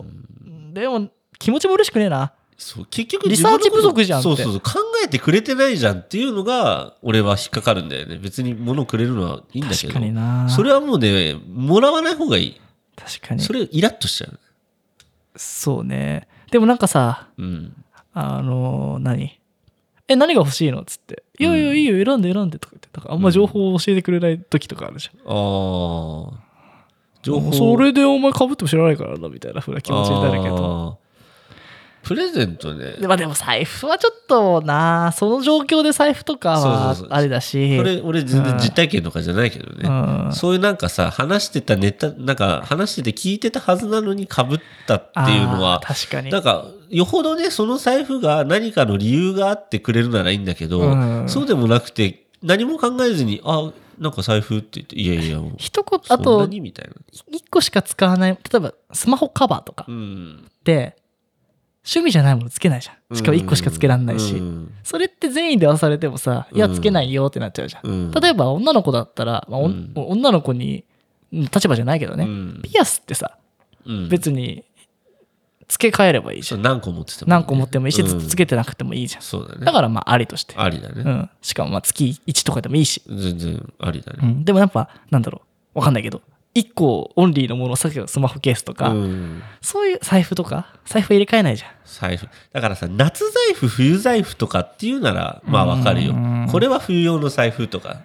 でも、気持ちも嬉しくねえな。 そう、結局リサーチ不足じゃんって。 そう考えてくれてないじゃんっていうのが俺は引っかかるんだよね。別に物をくれるのはいいんだけど、 確かにな。それはもうね、もらわない方がいい。 確かに。 それイラッとしちゃう。 そうね。でもなんかさ、何が欲しいのっつって、いやいいよ選んでとか言って、だからあんま情報を教えてくれない時とかあるじゃん。情報それでお前被っても知らないからなみたいな風な気持ちになるけど。 プレゼントね。 でも財布はちょっとな、その状況で財布とかはあれだし。 俺全然実体験とかじゃないけどね。そういうなんかさ、話してたネタ、なんか話してて聞いてたはずなのに被ったっていうのは、 確かに。 なんか、よほどね、その財布が何かの理由があってくれるならいいんだけど、そうでもなくて、何も考えずに、なんか財布って言って、いやいや、もう。 一言、あと、一個しか使わない、例えばスマホカバーとかで、趣味じゃないものつけないじゃん。しかも1個しかつけらんないし。それって善意で渡されてもさ、いや、つけないよってなっちゃうじゃん。例えば女の子だったら、女の子に、立場じゃないけどね、ピアスってさ、別に付け替えればいいじゃん。 何個持っててもいい。 何個持ってもいいし、つけてなくてもいいじゃん。 そうだね。 だからまあ、ありとして。 ありだね。 しかもまあ、月1とかでもいいし。 全然ありだね。 でもやっぱ、なんだろう。わかんないけど。1個オンリーのもの、さっきのスマホケースとか、そういう財布とか、財布入れ替えないじゃん。 財布。だからさ、夏財布、冬財布とかっていうなら、まあわかるよ。これは冬用の財布とか、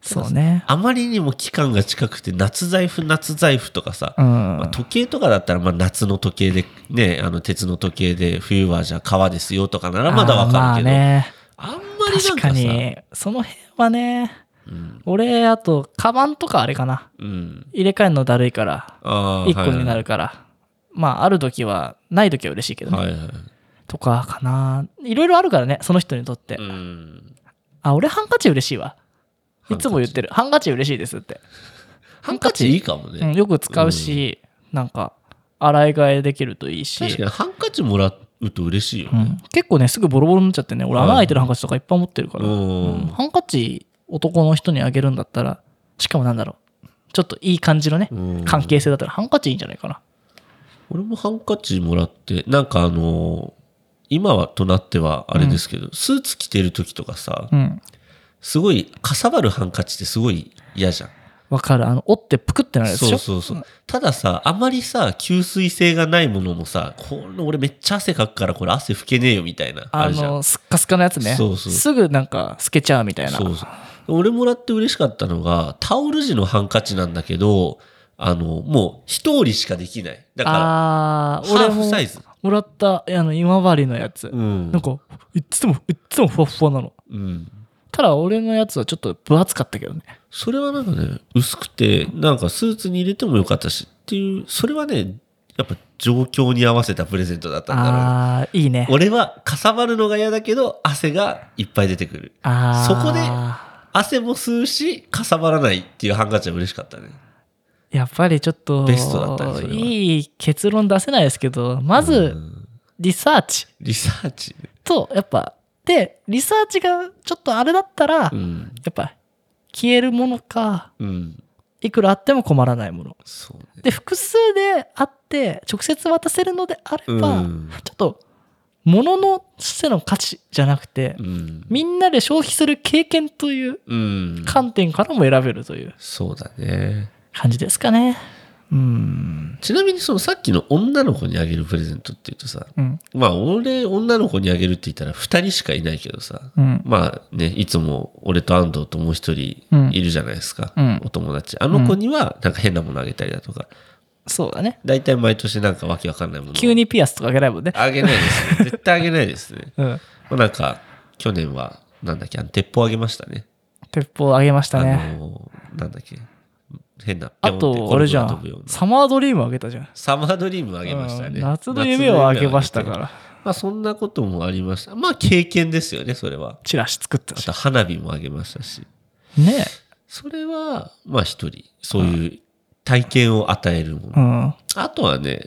そうね。 あまりにも期間が近くて夏財布とかさ、時計とかだったら夏の時計でね、鉄の時計で冬はじゃあ革ですよとかならまだわかるけど、 ね、 あんまりなんかさ、 確かにその辺はね、俺あとカバンとかあれかな、入れ替えるのだるいから1個になるから、ある時はない時は嬉しいけどね、とかかな。いろいろあるからね、その人にとって。俺ハンカチ嬉しいわ。いつも言ってる。ハンカチ嬉しいですって。 ハンカチいいかもね。 よく使うし、なんか洗い替えできるといいし。 確かにハンカチもらうと嬉しいよね。 結構ね、すぐボロボロになっちゃってね、俺穴開いてるハンカチとかいっぱい持ってるから。ハンカチ男の人にあげるんだったら、しかもなんだろう、ちょっといい感じのね、関係性だったらハンカチいいんじゃないかな。 俺もハンカチもらって、なんか今はとなってはあれですけど、スーツ着てる時とかさ、すごいかさばるハンカチってすごい嫌じゃん。 わかる。折ってぷくってなるやつでしょ。 そう。たださ、あまりさ、吸水性がないものもさ、俺めっちゃ汗かくからこれ汗拭けねえよみたいな。 スッカスカのやつね。すぐなんか透けちゃうみたいな。 俺もらって嬉しかったのが、タオル地のハンカチなんだけど、もう一折りしかできない。だから、ハーフサイズ。 もらった今治のやつ、なんかいつもふわふわなの。ただ俺のやつはちょっと分厚かったけどね。 それはなんかね、薄くてなんかスーツに入れてもよかったしっていう、それはね、やっぱ状況に合わせたプレゼントだったんだろう。 いいね。 俺はかさばるのが嫌だけど汗がいっぱい出てくる。そこで汗も吸うしかさばらないっていうハンカチは嬉しかったね。 やっぱりちょっとベストだったね、それは。 いい結論出せないですけど、まずリサーチとやっぱでリサーチがちょっとあれだったら、やっぱ消えるものか、いくらあっても困らないもの、で複数であって直接渡せるのであれば、ちょっと物のしての価値じゃなくて、みんなで消費する経験という観点からも選べるという、 そうだね、 感じですかね。 ちなみにそのさっきの女の子にあげるプレゼントっていうとさ、俺女の子にあげるって言ったら2人しかいないけどさ、いつも俺と安藤ともう一人いるじゃないですか、お友達。あの子にはなんか変なものあげたりだとか、 そうだね。 大体毎年なんかわけわかんないもの急にピアスとかあげないもんね。 あげないですね。絶対あげないですね。なんか去年はなんだっけ、鉄砲あげましたね。 鉄砲あげましたね。 なんだっけ、変なあとあれじゃん、サマードリームあげたじゃん。 サマードリームあげましたね。 夏の夢をあげましたから。 そんなこともありました。経験ですよね、それは。 チラシ作ったし、 あと花火もあげましたしね。 それは一人そういう体験を与えるもの、あとはね、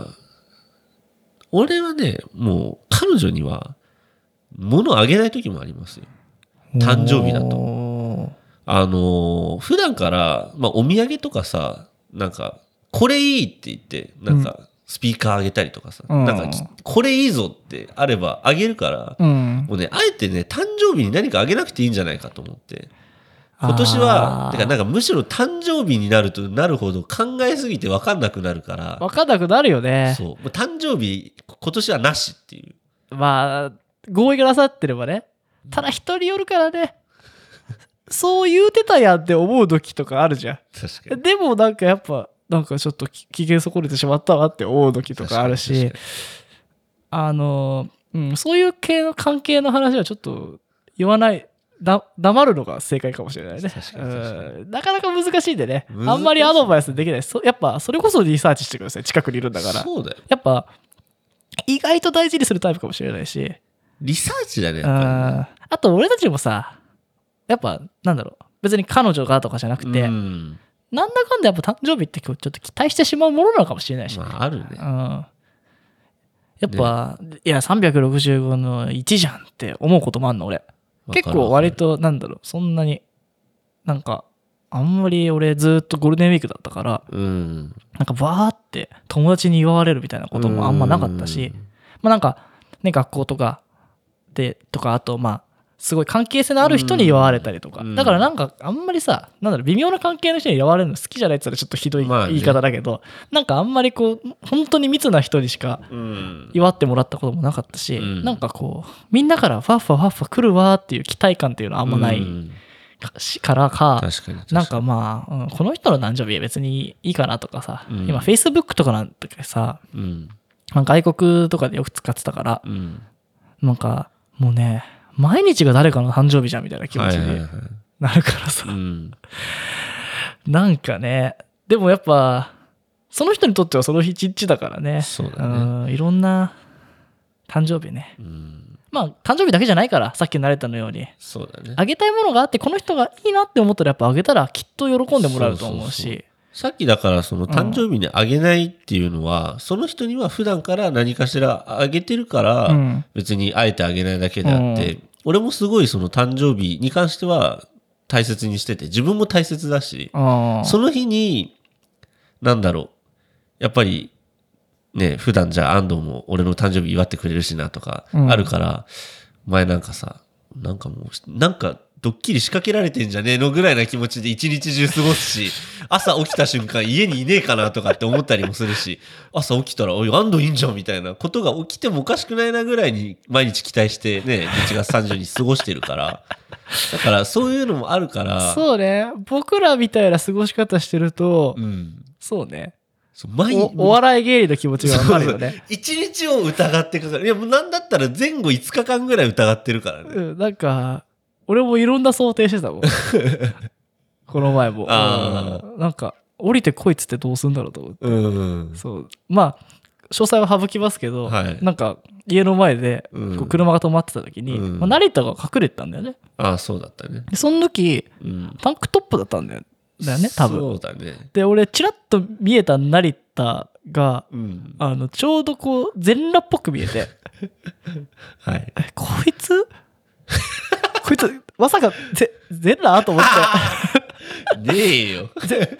俺はね、もう彼女には物をあげない時もありますよ。誕生日だと。普段から、お土産とかさ、なんか、これいいって言って、なんか、スピーカーあげたりとかさ、なんか、これいいぞってあればあげるから、もうね、あえてね、誕生日に何かあげなくていいんじゃないかと思って。今年は、てかなんかむしろ誕生日になるとなるほど考えすぎて分かんなくなるから。 分かんなくなるよね。 そう。もう誕生日、今年はなしっていう。 合意がなさってればね。ただ人によるからね。そう言うてたやんって思う時とかあるじゃん。 確かに。 でもなんかやっぱなんかちょっと機嫌損ねてしまったわって思う時とかあるし、そういう系の関係の話はちょっと言わない、黙るのが正解かもしれないね。なかなか難しいんでね、あんまりアドバイスできない。やっぱそれこそリサーチしてください。近くにいるんだから。 そうだよ。 やっぱ意外と大事にするタイプかもしれないし。 リサーチだね。やっぱりね。 あと俺たちもさ、やっぱなんだろう、別に彼女がとかじゃなくて、なんだかんだやっぱ誕生日って今日ちょっと期待してしまうものなのかもしれないし、ね。 あるね。 やっぱ、いや365の1じゃんって思うこともあんの俺。結構割となんだろう、そんなになんかあんまり俺ずっとゴールデンウィークだったから、なんかバーって友達に祝われるみたいなこともあんまなかったし、なんかね、学校とかでとか、あとすごい関係性のある人に祝われたりとか、だからなんかあんまりさ、なんだろう、微妙な関係の人に祝われるの好きじゃないって言ったらちょっとひどい言い方だけど、なんかあんまりこう本当に密な人にしか祝ってもらったこともなかったし、なんかこうみんなからファッファ来るわっていう期待感っていうのはあんまないからか、 確かになんかまあ、この人の誕生日は別にいいかなとかさ、今 Facebook とかなんてさ、外国とかでよく使ってたから、なんかもうね、毎日が誰かの誕生日じゃんみたいな気持ちになるからさ、なんかね、でもやっぱその人にとってはその日一日だからね、 そうだね、 いろんな誕生日ね、まあ誕生日だけじゃないから、さっき慣れたのように、 そうだね、 あげたいものがあってこの人がいいなって思ったらやっぱあげたらきっと喜んでもらうと思うし、 さっきだからその誕生日にあげないっていうのは、その人には普段から何かしらあげてるから別にあえてあげないだけであって、俺もすごいその誕生日に関しては大切にしてて、自分も大切だし、その日になんだろう、やっぱりね、普段じゃあ安藤も俺の誕生日祝ってくれるしなとかあるから、前なんかさ、なんかもうなんかドッキリ仕掛けられてんじゃねえのぐらいな気持ちで一日中過ごすし、朝起きた瞬間家にいねえかなとかって思ったりもするし、朝起きたらおい安藤いいんじゃんみたいなことが起きてもおかしくないなぐらいに毎日期待してね、1月30日過ごしてるから、だからそういうのもあるから、 そうね、僕らみたいな過ごし方してると、そうね、お笑い芸人の気持ちが分かるよね。 一日を疑ってかかる。いやもうなんだったら前後5日間ぐらい疑ってるからね。 なんか俺もいろんな想定してたもん。この前も。なんか降りてこいっつってどうすんだろうと思って。そう。まあ詳細は省きますけど、なんか家の前でこう車が止まってた時に、成田が隠れてたんだよね。 ああ、そうだったね。 でその時、タンクトップだったんだよね、多分。 そうだね。 で俺チラッと見えた成田が、ちょうどこう全裸っぽく見えて、 はい。 こいつまさか全裸と思って。 ねえよ。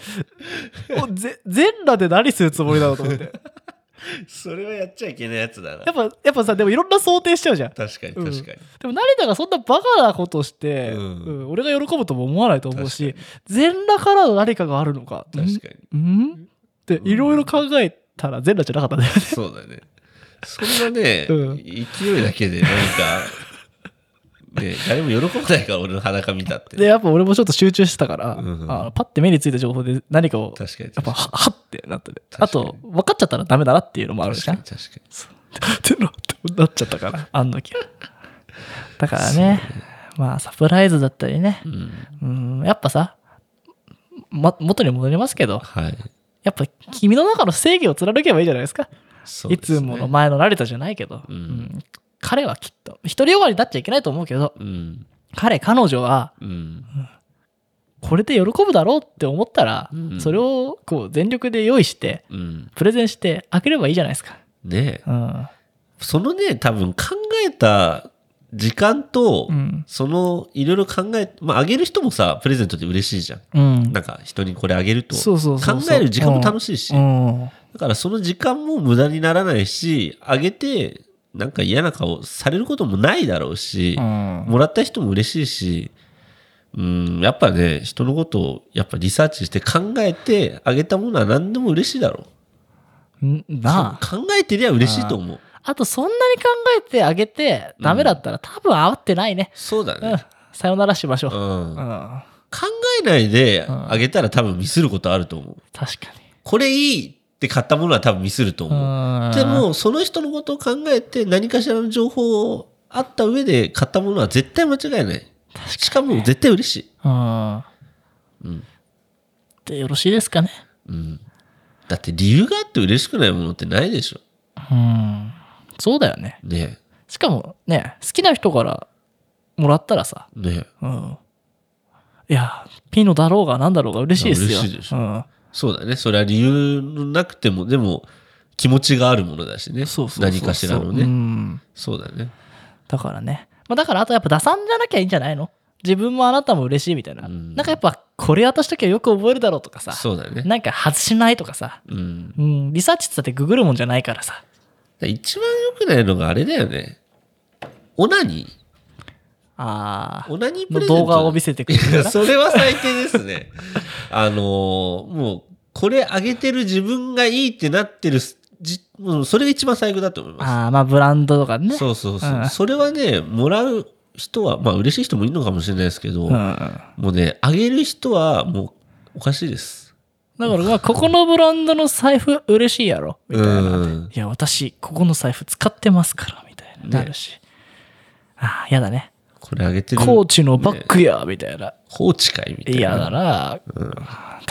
全裸で何するつもりだろうと思って。 それはやっちゃいけないやつだな。 やっぱさ、でもいろんな想定しちゃうじゃん。 確かに確かに。 でも成田がそんなバカなことして、俺が喜ぶとも思わないと思うし、全裸からの何かがあるのか。 確かに。 っていろいろ考えたら全裸じゃなかったんだよね。 そうだね。それはね、勢いだけで何か、ね、誰も喜ばないから俺の裸見たって。 でやっぱ俺もちょっと集中してたから、パッて目についた情報で何かをやっぱはってなってね。あと分かっちゃったらダメだなっていうのもあるじゃん。確かにってなっちゃったからあん時は。だからね、まあサプライズだったりね、やっぱさ、元に戻りますけど、やっぱ君の中の正義を貫けばいいじゃないですか。いつもの前の成田じゃないけど。彼はきっと独りよがりになっちゃいけないと思うけど、彼女は、これで喜ぶだろうって思ったら、それをこう全力で用意して、プレゼンしてあげればいいじゃないですか。 ねえ、そのね、多分考えた時間と、そのいろいろ考え、まああげる人もさ、プレゼントって嬉しいじゃん。なんか人にこれあげると考える時間も楽しいし、だからその時間も無駄にならないし、あげてなんか嫌な顔されることもないだろうし、もらった人も嬉しいし、やっぱね、人のことをやっぱリサーチして考えてあげたものは何でも嬉しいだろう。考えてりゃ嬉しいと思う。 あとそんなに考えてあげてダメだったら、多分合ってないね。 そうだね。 さよならしましょう。 考えないであげたら多分ミスることあると思う。 確かに。 これいいって買ったものは多分ミスると思う。でもその人のことを考えて何かしらの情報あった上で買ったものは絶対間違いない。しかも絶対嬉しい。 でよろしいですかね。 だって理由があって嬉しくないものってないでしょ。 そうだよね。 ね。 しかもね、好きな人からもらったらさ、 ね。 いやピノだろうがなんだろうが嬉しいですよ。 嬉しいでしょ。そうだね。それは理由なくてもでも気持ちがあるものだしね。何かしらのね。そうだね。 だからね。だからあとやっぱ打算じゃなきゃいいんじゃないの？自分もあなたも嬉しいみたいな。なんかやっぱこれ渡しときゃよく覚えるだろうとかさ。 そうだね。 なんか外しないとかさ。リサーチってだってググるもんじゃないからさ。 一番良くないのがあれだよね。オナニー。オナニープレゼントの動画を見せてくれる。 それは最低ですね。もうこれあげてる自分がいいってなってるもうそれが一番最悪だと思います。 まあブランドとかね。 そう。それはね、もらう人は、まあ嬉しい人もいるのかもしれないですけど、 うん、 もうね、あげる人はもうおかしいです。 だからまあここのブランドの財布嬉しいやろみたいな、 うんいや私ここの財布使ってますからみたいななるし、ああやだね、 これあげてる。 コーチのバッグやみたいな、 放置会みたいな。 嫌だな、 うん、 確か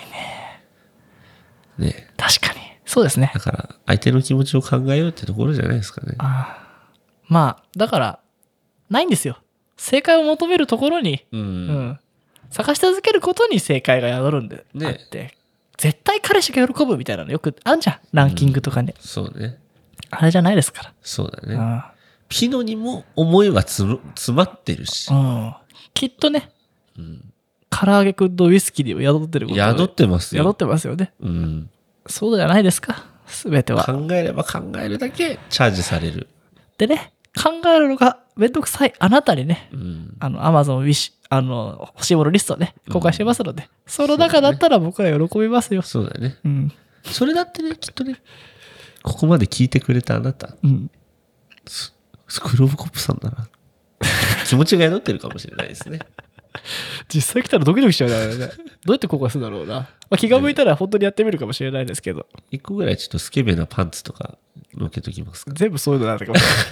にね、 ね。 確かにそうですね。 だから相手の気持ちを考えようってところじゃないですかね。 まあだからないんですよ、正解を求めるところに、 うん探し続けることに正解が宿るんで、 ね、 あって絶対彼氏が喜ぶみたいなのよくあんじゃん、ランキングとかに、 そうね。 あれじゃないですから。 そうだね。ピノにも思いは詰まってるし、 きっとね、唐揚げくんとウイスキーにも宿ってること宿ってますよ。 宿ってますよね。そうじゃないですか、全ては。 考えれば考えるだけチャージされる。 でね、考えるのがめんどくさいあなたにね、Amazon ウィッシュ、欲しいものリストをね、公開してますので、その中だったら僕ら喜びますよ。 そうだね。それだってね、きっとね、ここまで聞いてくれたあなた、スクローブコップさんだな。気持ちが宿ってるかもしれないですね。 実際来たらドキドキしちゃうだろうね。どうやって公開するんだろうな。まあ、気が向いたら本当にやってみるかもしれないですけど。 一個ぐらいちょっとスケベなパンツとかのっけときますか。 全部そういうのなんだかもしれない。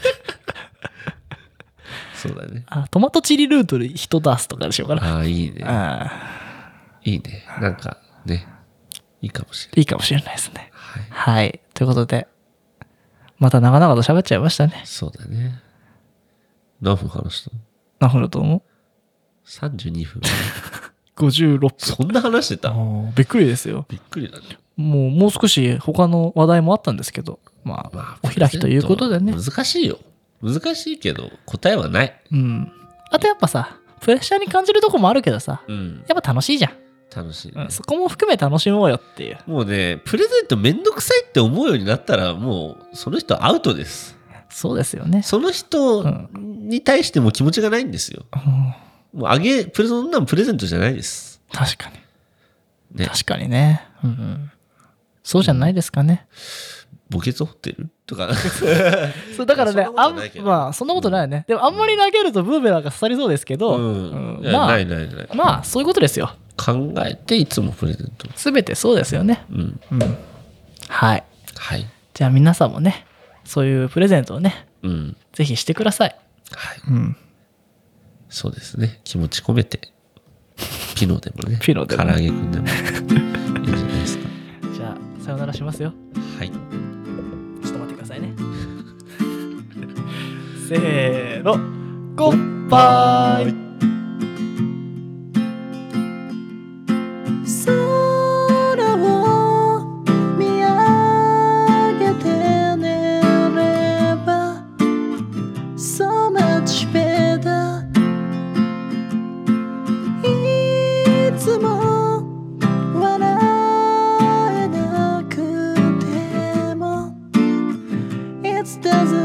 そうだね。 トマトチリルートで人出すとかでしょうかな。 ああ、いいね。いいね。なんかね、いいかもしれない。 いいかもしれないですね。はい。ということで、また長々と喋っちゃいましたね。 そうだね。何分話したの？ 何分だと思う？ 32分。 56分。 そんな話してた？ びっくりですよ。 びっくりだね。 もう少し他の話題もあったんですけど、まあ、お開きということでね。 難しいよ。難しいけど、答えはない。 あとやっぱさ、プレッシャーに感じるとこもあるけどさ、やっぱ楽しいじゃん。 楽しい、ね、 そこも含め楽しもうよっていう。 もうね、プレゼントめんどくさいって思うようになったら、もうその人アウトです。 そうですよね。 その人に対しても気持ちがないんですよ。もうそんなのプレゼントじゃないです。 確かに。ね、確かにね。そうじゃないですかね。 墓穴掘ってるとか。 そうだからね、まあそんなことないよね。でもあんまり投げるとブーメランが刺さりそうですけど、 ない。 まあそういうことですよ。 考えていつもプレゼント。 すべてそうですよね。はい。 はい。 じゃあ皆さんもね、そういうプレゼントをね、ぜひしてください。 はい。そうですね。気持ち込めて、ピノでもね、 ピノでも唐揚げくんでもいいんじゃないですか。 じゃあさよならしますよ。 はい。 ちょっと待ってくださいね。せーの、ゴッバイ。空を見上げて寝れば So much better いつも笑えなくても It doesn't